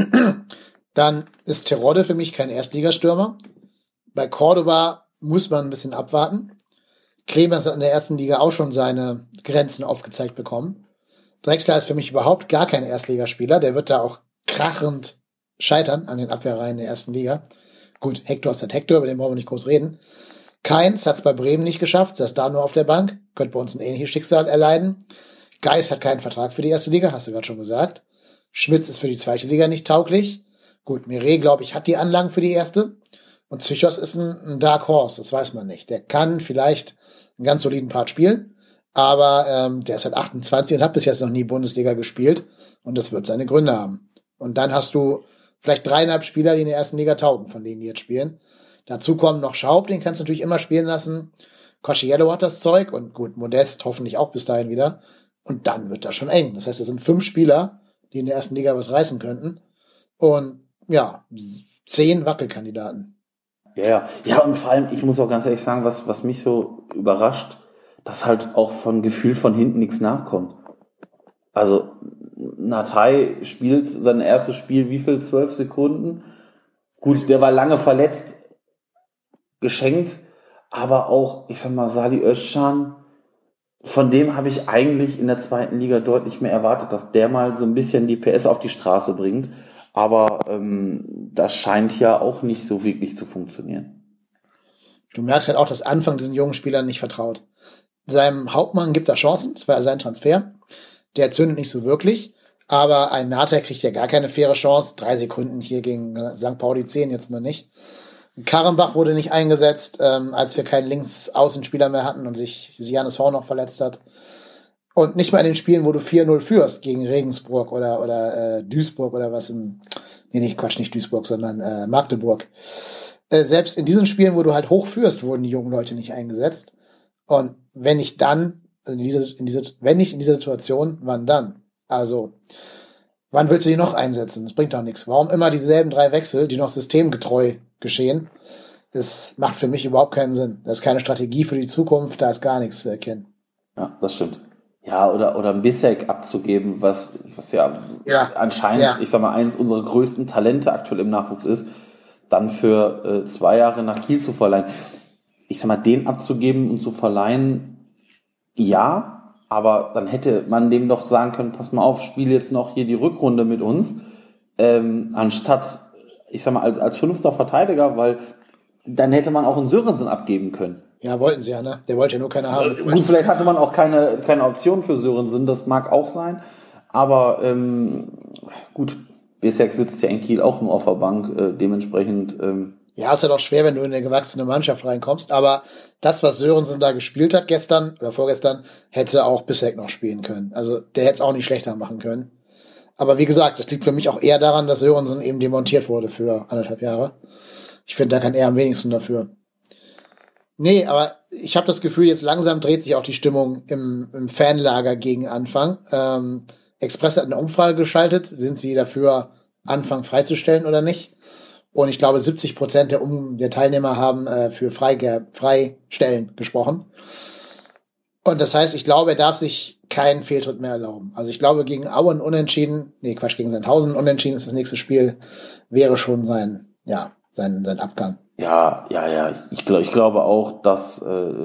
dann ist Terodde für mich kein Erstligastürmer. Bei Cordoba muss man ein bisschen abwarten. Clemens hat in der ersten Liga auch schon seine Grenzen aufgezeigt bekommen. Drexler ist für mich überhaupt gar kein Erstligaspieler. Der wird da auch krachend scheitern an den Abwehrreihen der ersten Liga. Gut, Hector ist halt Hector, über den brauchen wir nicht groß reden. Keins hat es bei Bremen nicht geschafft, saß da nur auf der Bank, könnte bei uns ein ähnliches Schicksal erleiden. Geis hat keinen Vertrag für die erste Liga, hast du gerade schon gesagt. Schmitz ist für die zweite Liga nicht tauglich. Gut, Mireille, glaube ich, hat die Anlagen für die erste. Und Zychos ist ein, ein Dark Horse, das weiß man nicht. Der kann vielleicht einen ganz soliden Part spielen, aber ähm, der ist halt achtundzwanzig und hat bis jetzt noch nie Bundesliga gespielt. Und das wird seine Gründe haben. Und dann hast du vielleicht dreieinhalb Spieler, die in der ersten Liga taugen, von denen die jetzt spielen. Dazu kommen noch Schaub, den kannst du natürlich immer spielen lassen. Cosciello hat das Zeug und gut, Modest hoffentlich auch bis dahin wieder. Und dann wird das schon eng. Das heißt, es sind fünf Spieler, die in der ersten Liga was reißen könnten. Und ja, zehn Wackelkandidaten. Ja, ja. Ja, und vor allem, ich muss auch ganz ehrlich sagen, was, was mich so überrascht, dass halt auch von Gefühl von hinten nichts nachkommt. Also, Natai spielt sein erstes Spiel, wie viel? Zwölf Sekunden? Gut, der war lange verletzt, geschenkt, aber auch, ich sag mal, Salih Özcan, von dem habe ich eigentlich in der zweiten Liga deutlich mehr erwartet, dass der mal so ein bisschen die P S auf die Straße bringt. Aber ähm, das scheint ja auch nicht so wirklich zu funktionieren. Du merkst halt auch, dass Anfang diesen jungen Spielern nicht vertraut. Seinem Hauptmann gibt er Chancen, das war sein Transfer. Der zündet nicht so wirklich, aber ein Nater kriegt ja gar keine faire Chance. Drei Sekunden hier gegen Sankt Pauli, zehn jetzt mal nicht. Karrenbach wurde nicht eingesetzt, ähm, als wir keinen Linksaußenspieler mehr hatten und sich Janis Horn noch verletzt hat. Und nicht mal in den Spielen, wo du vier null führst gegen Regensburg oder oder äh, Duisburg oder was im... Nee, nicht Quatsch, nicht Duisburg, sondern äh, Magdeburg. Äh, selbst in diesen Spielen, wo du halt hoch führst, wurden die jungen Leute nicht eingesetzt. Und wenn nicht dann, also in dieser, in dieser, wenn nicht in dieser Situation, wann dann? Also, wann willst du die noch einsetzen? Das bringt doch nichts. Warum immer dieselben drei Wechsel, die noch systemgetreu geschehen? Das macht für mich überhaupt keinen Sinn. Das ist keine Strategie für die Zukunft, da ist gar nichts zu erkennen. Ja, das stimmt. Ja, oder, oder ein Bissek abzugeben, was, was ja, ja anscheinend, ja. ich sag mal, eins unserer größten Talente aktuell im Nachwuchs ist, dann für äh, zwei Jahre nach Kiel zu verleihen. Ich sag mal, den abzugeben und zu verleihen, ja, aber dann hätte man dem doch sagen können, pass mal auf, spiel jetzt noch hier die Rückrunde mit uns, ähm, anstatt, ich sag mal, als, als fünfter Verteidiger, weil dann hätte man auch einen Sörensen abgeben können. Ja, wollten sie ja, ne? Der wollte ja nur keine haben. Gut, vielleicht hatte man auch keine, keine Option für Sörensen, das mag auch sein. Aber ähm, gut, Bissek sitzt ja in Kiel auch nur auf der Bank, äh, dementsprechend... Ähm, ja, ist ja doch schwer, wenn du in eine gewachsene Mannschaft reinkommst. Aber das, was Sörensen da gespielt hat gestern oder vorgestern, hätte auch Bissek noch spielen können. Also der hätte es auch nicht schlechter machen können. Aber wie gesagt, das liegt für mich auch eher daran, dass Sörensen eben demontiert wurde für anderthalb Jahre. Ich finde, da kann er am wenigsten dafür. Nee, aber ich habe das Gefühl, jetzt langsam dreht sich auch die Stimmung im, im Fanlager gegen Anfang. Ähm, Express hat eine Umfrage geschaltet. Sind sie dafür, Anfang freizustellen oder nicht? Und ich glaube, siebzig Prozent der, um, der Teilnehmer haben äh, für Freige- Freistellen gesprochen. Und das heißt, ich glaube, er darf sich keinen Fehltritt mehr erlauben. Also ich glaube, gegen Auen unentschieden, nee, Quatsch, gegen Sandhausen unentschieden ist das nächste Spiel, wäre schon sein, ja, sein, sein Abgang. Ja, ja, ja. Ich, glaub, ich glaube auch, dass äh,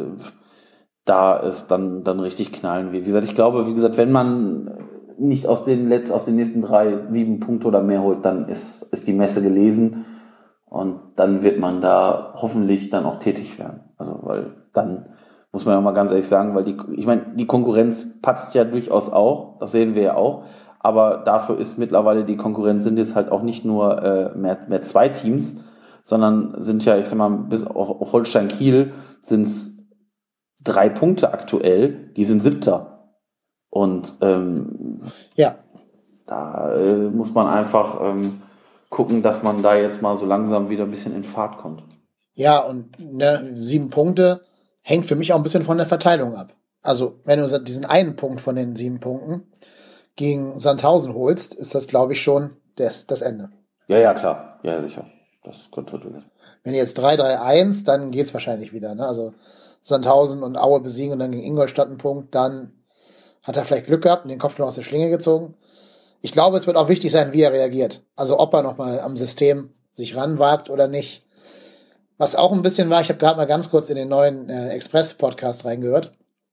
da es dann dann richtig knallen wird. Wie gesagt, ich glaube, wie gesagt, wenn man nicht aus den letzten, aus den nächsten drei sieben Punkte oder mehr holt, dann ist ist die Messe gelesen und dann wird man da hoffentlich dann auch tätig werden. Also, weil dann muss man ja mal ganz ehrlich sagen, weil die, ich meine, die Konkurrenz patzt ja durchaus auch, das sehen wir ja auch. Aber dafür ist mittlerweile die Konkurrenz sind jetzt halt auch nicht nur äh, mehr mehr zwei Teams, sondern sind ja, ich sag mal, bis auf Holstein Kiel sind es drei Punkte aktuell, die sind Siebter. Und ähm, ja, da äh, muss man einfach ähm, gucken, dass man da jetzt mal so langsam wieder ein bisschen in Fahrt kommt. Ja, und ne, sieben Punkte hängt für mich auch ein bisschen von der Verteilung ab. Also, wenn du diesen einen Punkt von den sieben Punkten gegen Sandhausen holst, ist das, glaube ich, schon das, das Ende. Ja, ja, klar. Ja, sicher. Das könnte natürlich. Wenn jetzt drei drei eins, dann geht's wahrscheinlich wieder. Ne? Also Sandhausen und Aue besiegen und dann gegen Ingolstadt einen Punkt, dann hat er vielleicht Glück gehabt und den Kopf noch aus der Schlinge gezogen. Ich glaube, es wird auch wichtig sein, wie er reagiert. Also ob er nochmal am System sich ranwagt oder nicht. Was auch ein bisschen war, ich habe gerade mal ganz kurz in den neuen äh, Express-Podcast reingehört.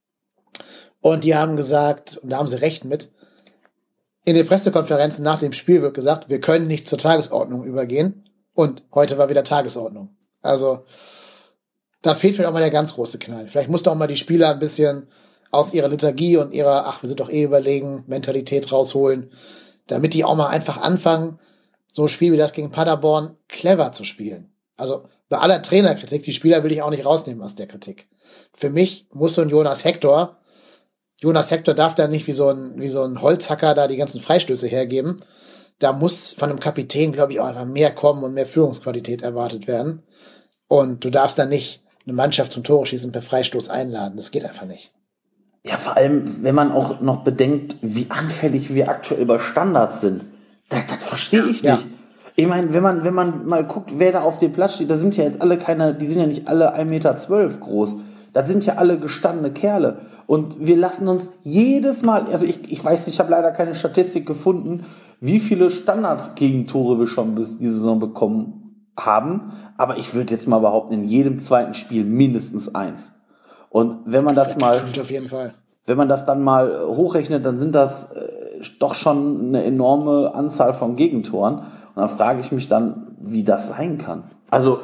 Und die haben gesagt, und da haben sie recht mit, in den Pressekonferenzen nach dem Spiel wird gesagt, wir können nicht zur Tagesordnung übergehen. Und heute war wieder Tagesordnung. Also da fehlt vielleicht auch mal der ganz große Knall. Vielleicht musst du auch mal die Spieler ein bisschen aus ihrer Lethargie und ihrer, ach, wir sind doch eh überlegen, Mentalität rausholen, damit die auch mal einfach anfangen, so ein Spiel wie das gegen Paderborn clever zu spielen. Also bei aller Trainerkritik, die Spieler will ich auch nicht rausnehmen aus der Kritik. Für mich muss so ein Jonas Hector, Jonas Hector darf da nicht wie so ein, wie so ein Holzhacker da die ganzen Freistöße hergeben. Da muss von einem Kapitän, glaube ich, auch einfach mehr kommen und mehr Führungsqualität erwartet werden. Und du darfst da nicht eine Mannschaft zum Tore schießen per Freistoß einladen. Das geht einfach nicht. Ja, vor allem, wenn man auch noch bedenkt, wie anfällig wir aktuell bei Standards sind. Das, das verstehe ich nicht. Ja. Ich meine, wenn man, wenn man mal guckt, wer da auf dem Platz steht, da sind ja jetzt alle keine, die sind ja nicht alle ein Meter zwölf groß. Das sind ja alle gestandene Kerle. Und wir lassen uns jedes Mal, also ich, ich weiß nicht, ich habe leider keine Statistik gefunden, wie viele Standard-Gegentore wir schon bis diese Saison bekommen haben. Aber ich würde jetzt mal behaupten, in jedem zweiten Spiel mindestens eins. Und wenn man das, das mal, auf jeden Fall. wenn man das dann mal hochrechnet, dann sind das äh, doch schon eine enorme Anzahl von Gegentoren. Und dann frage ich mich dann, wie das sein kann. Also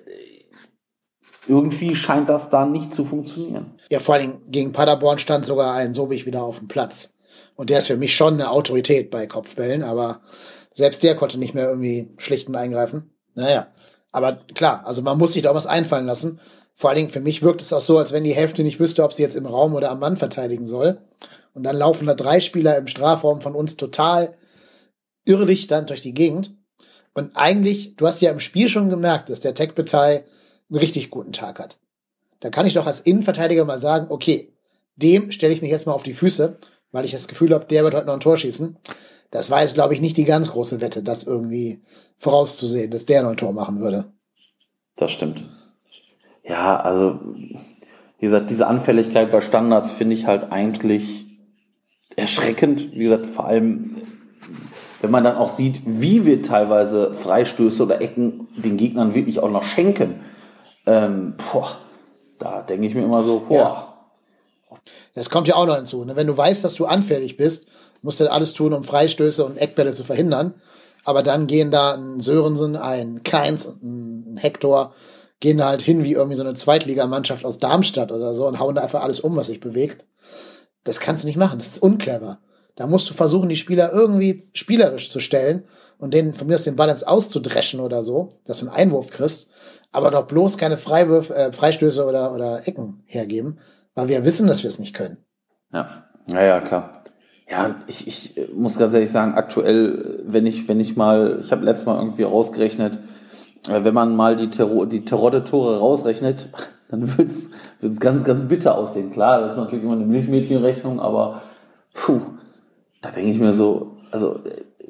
irgendwie scheint das da nicht zu funktionieren. Ja, vor allem gegen Paderborn stand sogar ein Sobich wieder auf dem Platz. Und der ist für mich schon eine Autorität bei Kopfbällen, aber selbst der konnte nicht mehr irgendwie schlichtend eingreifen. Naja, aber klar, also man muss sich da auch was einfallen lassen. Vor allen Dingen für mich wirkt es auch so, als wenn die Hälfte nicht wüsste, ob sie jetzt im Raum oder am Mann verteidigen soll. Und dann laufen da drei Spieler im Strafraum von uns total irrlich dann durch die Gegend. Und eigentlich, du hast ja im Spiel schon gemerkt, dass der Tekbetei einen richtig guten Tag hat. Da kann ich doch als Innenverteidiger mal sagen, okay, dem stelle ich mich jetzt mal auf die Füße, weil ich das Gefühl habe, der wird heute noch ein Tor schießen. Das war jetzt, glaube ich, nicht die ganz große Wette, das irgendwie vorauszusehen, dass der noch ein Tor machen würde. Das stimmt. Ja, also, wie gesagt, diese Anfälligkeit bei Standards finde ich halt eigentlich erschreckend. Wie gesagt, vor allem, wenn man dann auch sieht, wie wir teilweise Freistöße oder Ecken den Gegnern wirklich auch noch schenken. Ähm, boah, da denke ich mir immer so, boah. Ja. Das kommt ja auch noch hinzu. Ne? Wenn du weißt, dass du anfällig bist, musst du alles tun, um Freistöße und Eckbälle zu verhindern. Aber dann gehen da ein Sörensen, ein Keins und ein Hector, gehen da halt hin wie irgendwie so eine Zweitligamannschaft aus Darmstadt oder so und hauen da einfach alles um, was sich bewegt. Das kannst du nicht machen. Das ist unclever. Da musst du versuchen, die Spieler irgendwie spielerisch zu stellen und denen von mir aus den Ball ins Auszudreschen oder so, dass du einen Einwurf kriegst, aber doch bloß keine Freiwürfe, äh, Freistöße oder, oder Ecken hergeben, weil wir ja wissen, dass wir es nicht können. Ja, ja, ja, klar. Ja, ich, ich muss ganz ehrlich sagen, aktuell, wenn ich, wenn ich mal, ich habe letztes Mal irgendwie rausgerechnet, wenn man mal die Terror, die Terodde-Tore rausrechnet, dann wird's, wird's ganz, ganz bitter aussehen. Klar, das ist natürlich immer eine Milchmädchenrechnung, aber puh, da denke ich mir so, also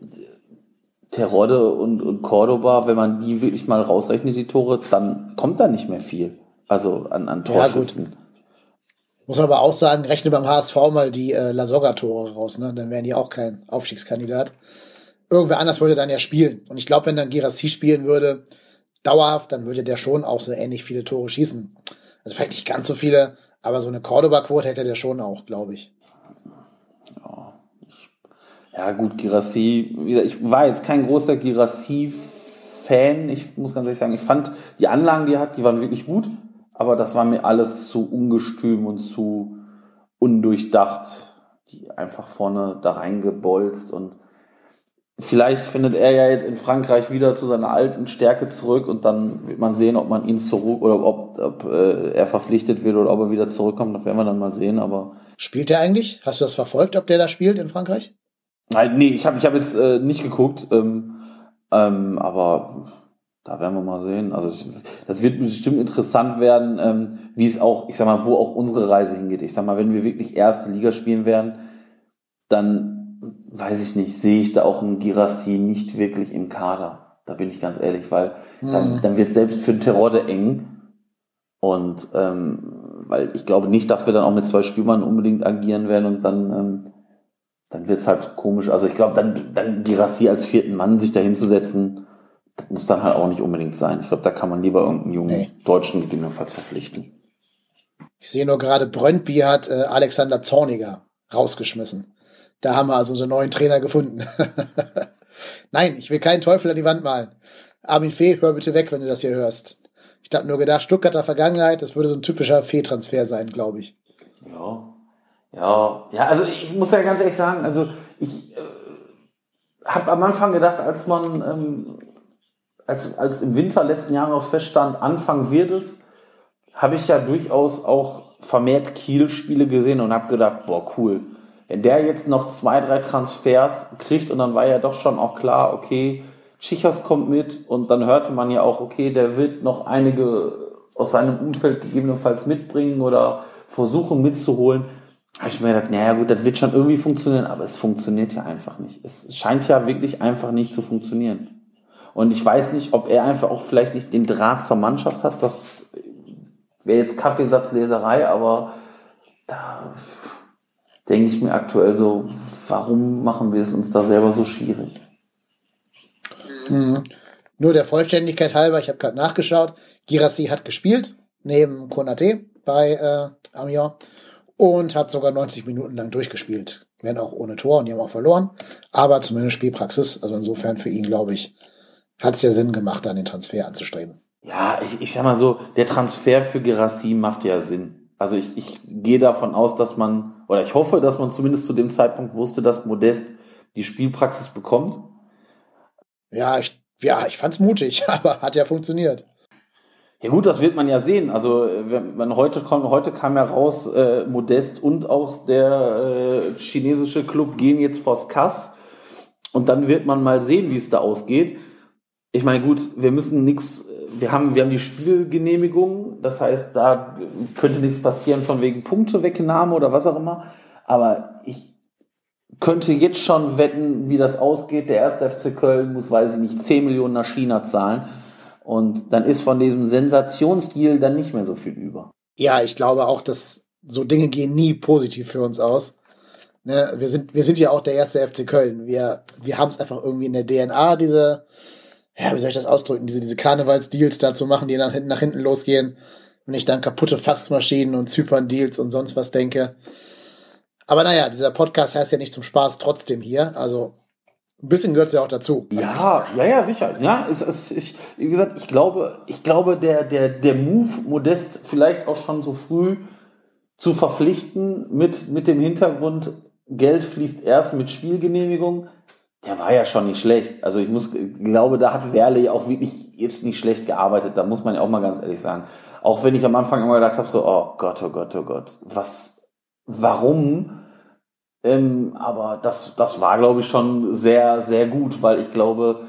Terodde und, und Cordoba, wenn man die wirklich mal rausrechnet, die Tore, dann kommt da nicht mehr viel. Also an, an Torschützen. Ja, muss man aber auch sagen, rechne beim H S V mal die äh, Lasogga-Tore raus, ne? Dann wären die auch kein Aufstiegskandidat. Irgendwer anders würde dann ja spielen. Und ich glaube, wenn dann Guirassy spielen würde, dauerhaft, dann würde der schon auch so ähnlich viele Tore schießen. Also vielleicht nicht ganz so viele, aber so eine Cordoba-Quote hätte der schon auch, glaube ich. Ja, ich, ja gut, Guirassy, ich war jetzt kein großer Guirassy-Fan. Ich muss ganz ehrlich sagen, ich fand die Anlagen, die er hat, die waren wirklich gut, aber das war mir alles zu ungestüm und zu undurchdacht. Die einfach vorne da reingebolzt und vielleicht findet er ja jetzt in Frankreich wieder zu seiner alten Stärke zurück und dann wird man sehen, ob man ihn zurück oder ob, ob äh, er verpflichtet wird oder ob er wieder zurückkommt. Das werden wir dann mal sehen. Aber spielt er eigentlich? Hast du das verfolgt, ob der da spielt in Frankreich? Nein, nee, ich habe ich hab jetzt äh, nicht geguckt, ähm, ähm, aber da werden wir mal sehen. Also ich, das wird bestimmt interessant werden, ähm, wie es auch, ich sag mal, wo auch unsere Reise hingeht. Ich sag mal, wenn wir wirklich erste Liga spielen werden, dann weiß ich nicht, sehe ich da auch einen Guirassy nicht wirklich im Kader. Da bin ich ganz ehrlich, weil mhm. dann, dann wird selbst für den Terodde eng. Und ähm, weil ich glaube nicht, dass wir dann auch mit zwei Stürmern unbedingt agieren werden und dann ähm, dann wird's halt komisch. Also ich glaube, dann, dann Guirassy als vierten Mann sich da hinzusetzen, das muss dann halt auch nicht unbedingt sein. Ich glaube, da kann man lieber irgendeinen jungen nee. Deutschen gegebenenfalls verpflichten. Ich sehe nur gerade, Brøndby hat äh, Alexander Zorniger rausgeschmissen. Da haben wir also unseren neuen Trainer gefunden. Nein, ich will keinen Teufel an die Wand malen. Armin Fee, hör bitte weg, wenn du das hier hörst. Ich habe nur gedacht, Stuttgarter Vergangenheit, das würde so ein typischer Fehltransfer sein, glaube ich. Ja, ja, ja, also ich muss ja ganz ehrlich sagen, also ich äh, habe am Anfang gedacht, als man, ähm, als, als im Winter letzten Jahres feststand, Anfang wird es, habe ich ja durchaus auch vermehrt Kiel-Spiele gesehen und habe gedacht, boah, cool. Wenn der jetzt noch zwei, drei Transfers kriegt und dann war ja doch schon auch klar, okay, Tschichos kommt mit und dann hörte man ja auch, okay, der wird noch einige aus seinem Umfeld gegebenenfalls mitbringen oder versuchen mitzuholen. Habe ich mir gedacht, naja gut, das wird schon irgendwie funktionieren, aber es funktioniert ja einfach nicht. Es scheint ja wirklich einfach nicht zu funktionieren. Und ich weiß nicht, ob er einfach auch vielleicht nicht den Draht zur Mannschaft hat, das wäre jetzt Kaffeesatzleserei, aber da denke ich mir aktuell so, warum machen wir es uns da selber so schwierig? Mhm. Nur der Vollständigkeit halber, ich habe gerade nachgeschaut, Guirassy hat gespielt, neben Konaté bei äh, Amiens und hat sogar neunzig Minuten lang durchgespielt. Wenn auch ohne Tor und die haben auch verloren, aber zumindest Spielpraxis, also insofern für ihn, glaube ich, hat es ja Sinn gemacht, dann den Transfer anzustreben. Ja, ich, ich sag mal so, der Transfer für Guirassy macht ja Sinn. Also ich, ich gehe davon aus, dass man, oder ich hoffe, dass man zumindest zu dem Zeitpunkt wusste, dass Modest die Spielpraxis bekommt. Ja, ich, ja, ich fand's mutig, aber hat ja funktioniert. Ja gut, das wird man ja sehen. Also wenn, wenn heute kommt, heute kam ja raus, äh, Modest und auch der äh, chinesische Club gehen jetzt vors Kass und dann wird man mal sehen, wie es da ausgeht. Ich meine, gut, wir müssen nichts, wir haben, wir haben die Spielgenehmigung, das heißt, da könnte nichts passieren von wegen Punktewegnahme oder was auch immer. Aber ich könnte jetzt schon wetten, wie das ausgeht. Der erste F C Köln muss, weiß ich nicht, zehn Millionen nach China zahlen. Und dann ist von diesem Sensationsdeal dann nicht mehr so viel über. Ja, ich glaube auch, dass so Dinge gehen nie positiv für uns aus. Ne, wir sind, wir sind ja auch der erste F C Köln. Wir, wir haben es einfach irgendwie in der D N A, diese, ja, wie soll ich das ausdrücken, diese, diese Karnevalsdeals da zu machen, die nach hinten, nach hinten losgehen. Wenn ich dann kaputte Faxmaschinen und Zypern-Deals und sonst was denke. Aber naja, dieser Podcast heißt ja nicht zum Spaß trotzdem hier. Also ein bisschen gehört es ja auch dazu. Ja, ja, ja, sicher. Ja, es, es, ich, wie gesagt, ich glaube, ich glaube, der, der, der Move, Modest vielleicht auch schon so früh zu verpflichten mit, mit dem Hintergrund, Geld fließt erst mit Spielgenehmigung, der war ja schon nicht schlecht. Also ich muss, glaube, da hat Werle ja auch wirklich jetzt nicht schlecht gearbeitet. Da muss man ja auch mal ganz ehrlich sagen. Auch wenn ich am Anfang immer gedacht habe, so, oh Gott, oh Gott, oh Gott, was, warum? Ähm, aber das, das war, glaube ich, schon sehr, sehr gut, weil ich glaube,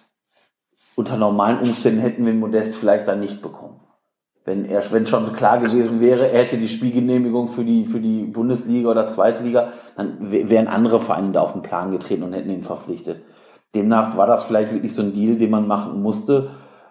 unter normalen Umständen hätten wir Modest vielleicht dann nicht bekommen. Wenn er, wenn schon klar gewesen wäre, er hätte die Spielgenehmigung für die, für die Bundesliga oder Zweite Liga, dann wären andere Vereine da auf den Plan getreten und hätten ihn verpflichtet. Demnach war das vielleicht wirklich so ein Deal, den man machen musste.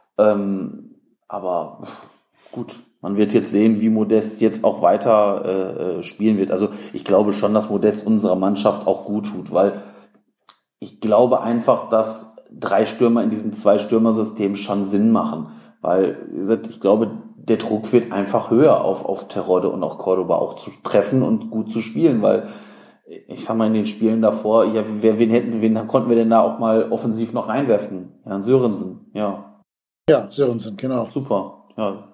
Ähm, aber gut, man wird jetzt sehen, wie Modest jetzt auch weiter äh, spielen wird. Also ich glaube schon, dass Modest unserer Mannschaft auch gut tut, weil ich glaube einfach, dass drei Stürmer in diesem Zwei-Stürmer-System schon Sinn machen. Weil, wie gesagt, ich glaube, der Druck wird einfach höher auf, auf Terodde und auch Cordoba auch zu treffen und gut zu spielen, weil ich sag mal, in den Spielen davor, ja, wer, wen hätten, wen konnten wir denn da auch mal offensiv noch reinwerfen? Ja, Sörensen, ja. Ja, Sörensen, genau. Super, ja.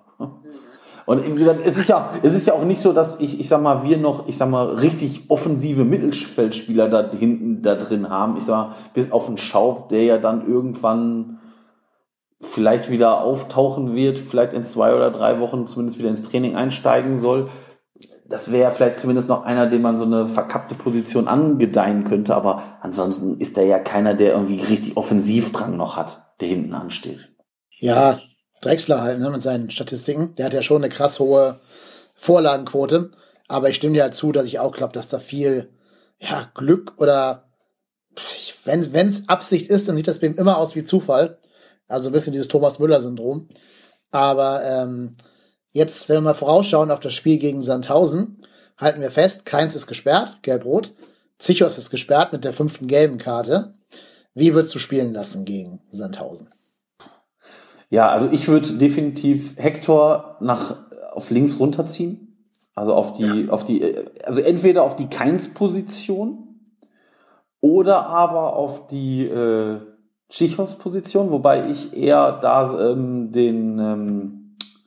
Und wie gesagt, es ist ja, es ist ja auch nicht so, dass ich, ich sag mal, wir noch, ich sag mal, richtig offensive Mittelfeldspieler da hinten da drin haben. Ich sag mal, bis auf den Schaub, der ja dann irgendwann vielleicht wieder auftauchen wird, vielleicht in zwei oder drei Wochen zumindest wieder ins Training einsteigen soll. Das wäre vielleicht zumindest noch einer, dem man so eine verkappte Position angedeihen könnte, aber ansonsten ist da ja keiner, der irgendwie richtig Offensivdrang noch hat, der hinten ansteht. Ja, Drexler halt, ne, mit seinen Statistiken. Der hat ja schon eine krass hohe Vorlagenquote, aber ich stimme dir halt zu, dass ich auch glaube, dass da viel, ja, Glück oder wenn es Absicht ist, dann sieht das bei ihm immer aus wie Zufall. Also ein bisschen dieses Thomas-Müller-Syndrom. Aber ähm, jetzt, wenn wir mal vorausschauen auf das Spiel gegen Sandhausen, halten wir fest, Keins ist gesperrt, gelb-rot. Zichos ist gesperrt mit der fünften gelben Karte. Wie würdest du spielen lassen gegen Sandhausen? Ja, also ich würde definitiv Hector nach auf links runterziehen. Also auf die, auf die, also entweder auf die Keins-Position oder aber auf die äh, Tschichos-Position, wobei ich eher da ähm, den ähm,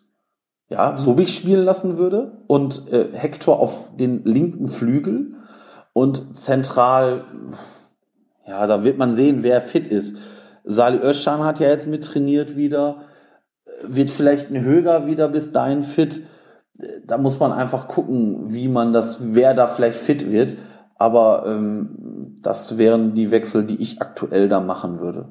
ja, Sobich spielen lassen würde und äh, Hector auf den linken Flügel und zentral, ja, da wird man sehen, wer fit ist. Salih Özcan hat ja jetzt mittrainiert wieder, wird vielleicht ein Höger wieder bis dahin fit. Da muss man einfach gucken, wie man das, wer da vielleicht fit wird. Aber ähm, das wären die Wechsel, die ich aktuell da machen würde.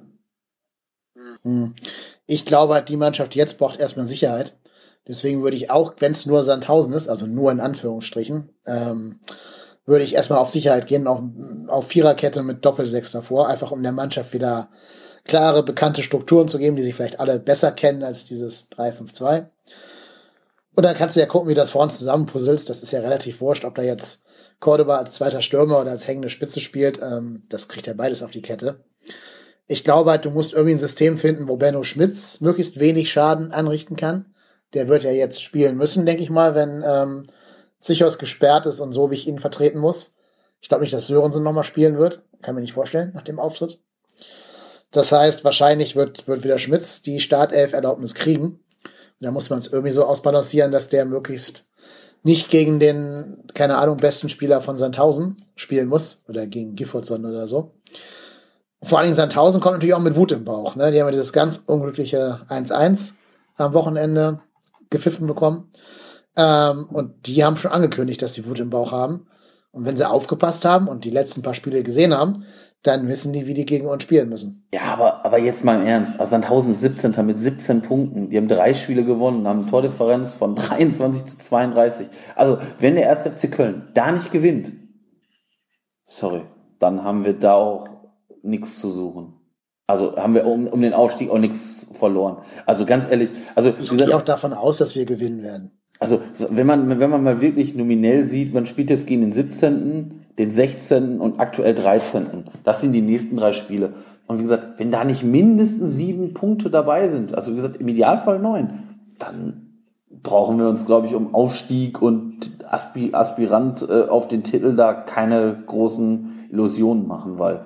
Ich glaube, die Mannschaft jetzt braucht erstmal Sicherheit. Deswegen würde ich auch, wenn es nur Sandhausen ist, also nur in Anführungsstrichen, ähm, würde ich erstmal auf Sicherheit gehen, auf, auf Viererkette mit Doppelsechs davor, einfach um der Mannschaft wieder klare, bekannte Strukturen zu geben, die sich vielleicht alle besser kennen als dieses drei fünf zwei. Und dann kannst du ja gucken, wie du das vor uns zusammenpuzzelst. Das ist ja relativ wurscht, ob da jetzt Cordoba als zweiter Stürmer oder als hängende Spitze spielt. Ähm, das kriegt ja beides auf die Kette. Ich glaube halt, du musst irgendwie ein System finden, wo Benno Schmitz möglichst wenig Schaden anrichten kann. Der wird ja jetzt spielen müssen, denke ich mal, wenn ähm, Zichos gesperrt ist und Sobich ihn vertreten muss. Ich glaube nicht, dass Sörensen nochmal spielen wird. Kann mir nicht vorstellen, nach dem Auftritt. Das heißt, wahrscheinlich wird, wird wieder Schmitz die Startelf-Erlaubnis kriegen. Und da muss man es irgendwie so ausbalancieren, dass der möglichst nicht gegen den, keine Ahnung, besten Spieler von Sandhausen spielen muss. Oder gegen Giffordsson oder so. Vor allen Dingen Sandhausen kommt natürlich auch mit Wut im Bauch. Ne? Die haben ja dieses ganz unglückliche eins eins am Wochenende gepfiffen bekommen. Ähm, und die haben schon angekündigt, dass sie Wut im Bauch haben. Und wenn sie aufgepasst haben und die letzten paar Spiele gesehen haben, dann wissen die, wie die gegen uns spielen müssen. Ja, aber, aber jetzt mal im Ernst. Also Sandhausen ist siebzehnter mit siebzehn Punkten. Die haben drei Spiele gewonnen, haben eine Tordifferenz von dreiundzwanzig zu zweiunddreißig. Also, wenn der erste F C Köln da nicht gewinnt, sorry, dann haben wir da auch nichts zu suchen. Also haben wir um, um den Aufstieg auch nichts verloren. Also ganz ehrlich, also ich gehe auch davon aus, dass wir gewinnen werden. Also wenn man wenn man mal wirklich nominell sieht, man spielt jetzt gegen den siebzehnten, den sechzehnten und aktuell dreizehnten. Das sind die nächsten drei Spiele. Und wie gesagt, wenn da nicht mindestens sieben Punkte dabei sind, also wie gesagt im Idealfall neun, dann brauchen wir uns, glaube ich, um Aufstieg und Aspi, Aspirant äh, auf den Titel da keine großen Illusionen machen, weil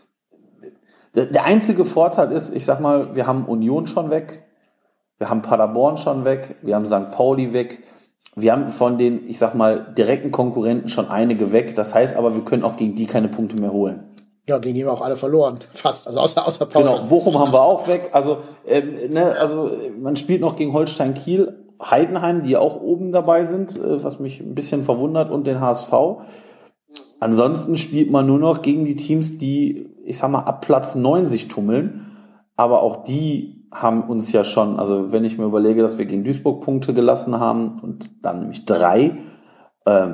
der einzige Vorteil ist, ich sag mal, wir haben Union schon weg, wir haben Paderborn schon weg, wir haben Sankt Pauli weg, wir haben von den, ich sag mal, direkten Konkurrenten schon einige weg. Das heißt aber, wir können auch gegen die keine Punkte mehr holen. Ja, gegen die haben wir auch alle verloren, fast, also außer, außer Pauli. Genau, Bochum haben wir auch weg, also, ähm, ne, also man spielt noch gegen Holstein Kiel, Heidenheim, die auch oben dabei sind, äh, was mich ein bisschen verwundert, und den H S V. Ansonsten spielt man nur noch gegen die Teams, die, ich sag mal, ab Platz neun sich tummeln. Aber auch die haben uns ja schon, also wenn ich mir überlege, dass wir gegen Duisburg Punkte gelassen haben und dann nämlich drei, ähm,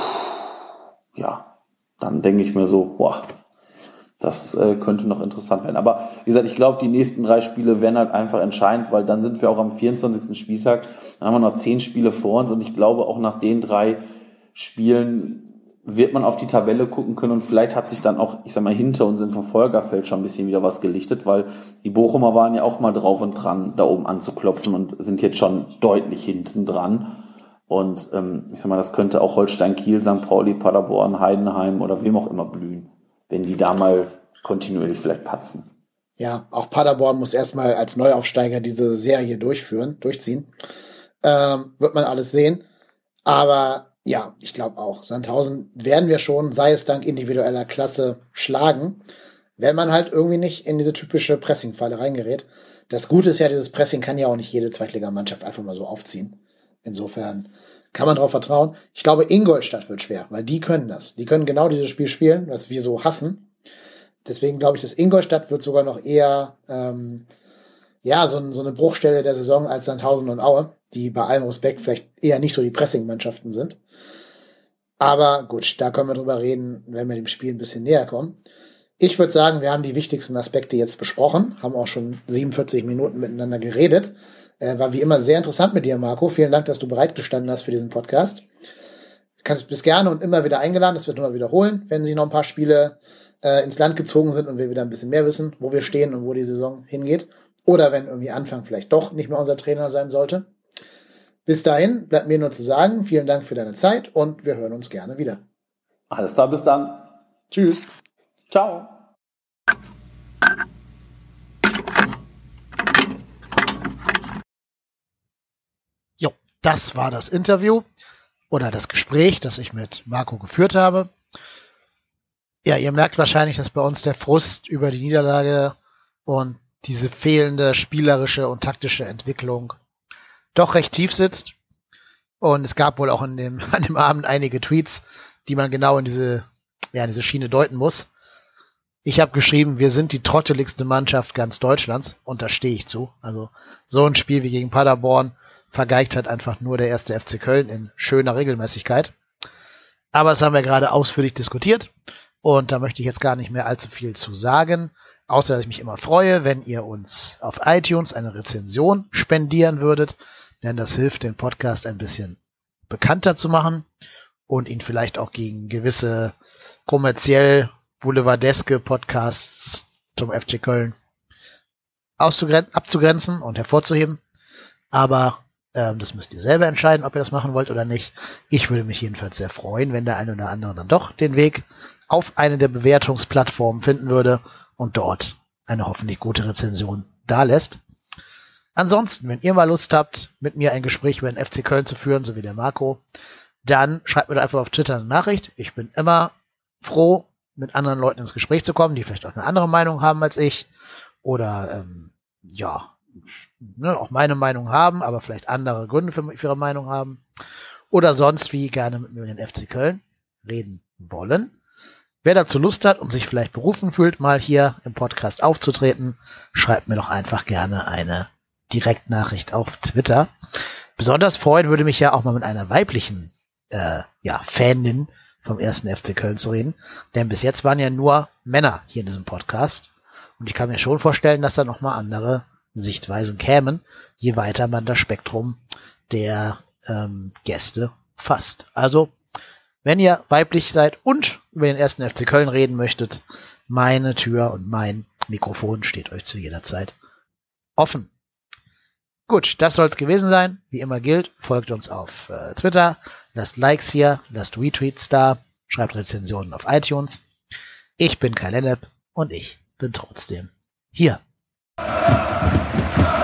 ja, dann denke ich mir so, boah, das äh, könnte noch interessant werden. Aber wie gesagt, ich glaube, die nächsten drei Spiele werden halt einfach entscheidend, weil dann sind wir auch am vierundzwanzigsten Spieltag, dann haben wir noch zehn Spiele vor uns und ich glaube auch nach den drei Spielen wird man auf die Tabelle gucken können und vielleicht hat sich dann auch, ich sag mal, hinter uns im Verfolgerfeld schon ein bisschen wieder was gelichtet, weil die Bochumer waren ja auch mal drauf und dran, da oben anzuklopfen und sind jetzt schon deutlich hinten dran. Und ähm, ich sag mal, das könnte auch Holstein Kiel, Sankt Pauli, Paderborn, Heidenheim oder wem auch immer blühen, wenn die da mal kontinuierlich vielleicht patzen. Ja, auch Paderborn muss erstmal als Neuaufsteiger diese Serie durchführen, durchziehen. Ähm, wird man alles sehen. Aber ja, ich glaube auch. Sandhausen werden wir schon, sei es dank individueller Klasse, schlagen, wenn man halt irgendwie nicht in diese typische Pressing-Falle reingerät. Das Gute ist ja, dieses Pressing kann ja auch nicht jede Zweitligamannschaft einfach mal so aufziehen. Insofern kann man darauf vertrauen. Ich glaube, Ingolstadt wird schwer, weil die können das. Die können genau dieses Spiel spielen, was wir so hassen. Deswegen glaube ich, dass Ingolstadt wird sogar noch eher ähm, ja so, so eine Bruchstelle der Saison als Sandhausen und Aue, die bei allem Respekt vielleicht eher nicht so die Pressing-Mannschaften sind. Aber gut, da können wir drüber reden, wenn wir dem Spiel ein bisschen näher kommen. Ich würde sagen, wir haben die wichtigsten Aspekte jetzt besprochen, haben auch schon siebenundvierzig Minuten miteinander geredet. Äh, war wie immer sehr interessant mit dir, Marco. Vielen Dank, dass du bereitgestanden hast für diesen Podcast. Du kannst bist gerne und immer wieder eingeladen, das wird nochmal wiederholen, wenn sich noch ein paar Spiele äh, ins Land gezogen sind und wir wieder ein bisschen mehr wissen, wo wir stehen und wo die Saison hingeht. Oder wenn irgendwie Anfang vielleicht doch nicht mehr unser Trainer sein sollte. Bis dahin bleibt mir nur zu sagen, vielen Dank für deine Zeit und wir hören uns gerne wieder. Alles klar, bis dann. Tschüss. Ciao. das war das Interview oder das Gespräch, das ich mit Marco geführt habe. Ja, ihr merkt wahrscheinlich, dass bei uns der Frust über die Niederlage und diese fehlende spielerische und taktische Entwicklung doch recht tief sitzt. Und es gab wohl auch in dem, an dem Abend einige Tweets, die man genau in diese, ja, in diese Schiene deuten muss. Ich habe geschrieben, wir sind die trotteligste Mannschaft ganz Deutschlands, und da stehe ich zu. Also so ein Spiel wie gegen Paderborn vergeigt hat einfach nur der erste F C Köln in schöner Regelmäßigkeit. Aber das haben wir gerade ausführlich diskutiert, und da möchte ich jetzt gar nicht mehr allzu viel zu sagen, außer dass ich mich immer freue, wenn ihr uns auf iTunes eine Rezension spendieren würdet, denn das hilft, den Podcast ein bisschen bekannter zu machen und ihn vielleicht auch gegen gewisse kommerziell boulevardeske Podcasts zum F C Köln abzugrenzen und hervorzuheben. Aber ähm, das müsst ihr selber entscheiden, ob ihr das machen wollt oder nicht. Ich würde mich jedenfalls sehr freuen, wenn der eine oder andere dann doch den Weg auf eine der Bewertungsplattformen finden würde und dort eine hoffentlich gute Rezension dalässt. Ansonsten, wenn ihr mal Lust habt, mit mir ein Gespräch über den F C Köln zu führen, so wie der Marco, dann schreibt mir doch einfach auf Twitter eine Nachricht. Ich bin immer froh, mit anderen Leuten ins Gespräch zu kommen, die vielleicht auch eine andere Meinung haben als ich oder ähm, ja, ne, auch meine Meinung haben, aber vielleicht andere Gründe für, für ihre Meinung haben oder sonst wie gerne mit mir über den F C Köln reden wollen. Wer dazu Lust hat und sich vielleicht berufen fühlt, mal hier im Podcast aufzutreten, schreibt mir doch einfach gerne eine Direktnachricht auf Twitter. Besonders freuen würde mich ja auch mal mit einer weiblichen äh, ja, Fanin vom ersten F C Köln zu reden, denn bis jetzt waren ja nur Männer hier in diesem Podcast, und ich kann mir schon vorstellen, dass da nochmal andere Sichtweisen kämen, je weiter man das Spektrum der ähm, Gäste fasst. Also, wenn ihr weiblich seid und über den ersten F C Köln reden möchtet, meine Tür und mein Mikrofon steht euch zu jeder Zeit offen. Gut, das soll es gewesen sein. Wie immer gilt, folgt uns auf äh, Twitter, lasst Likes hier, lasst Retweets da, schreibt Rezensionen auf iTunes. Ich bin Kai Lennep und ich bin trotzdem hier.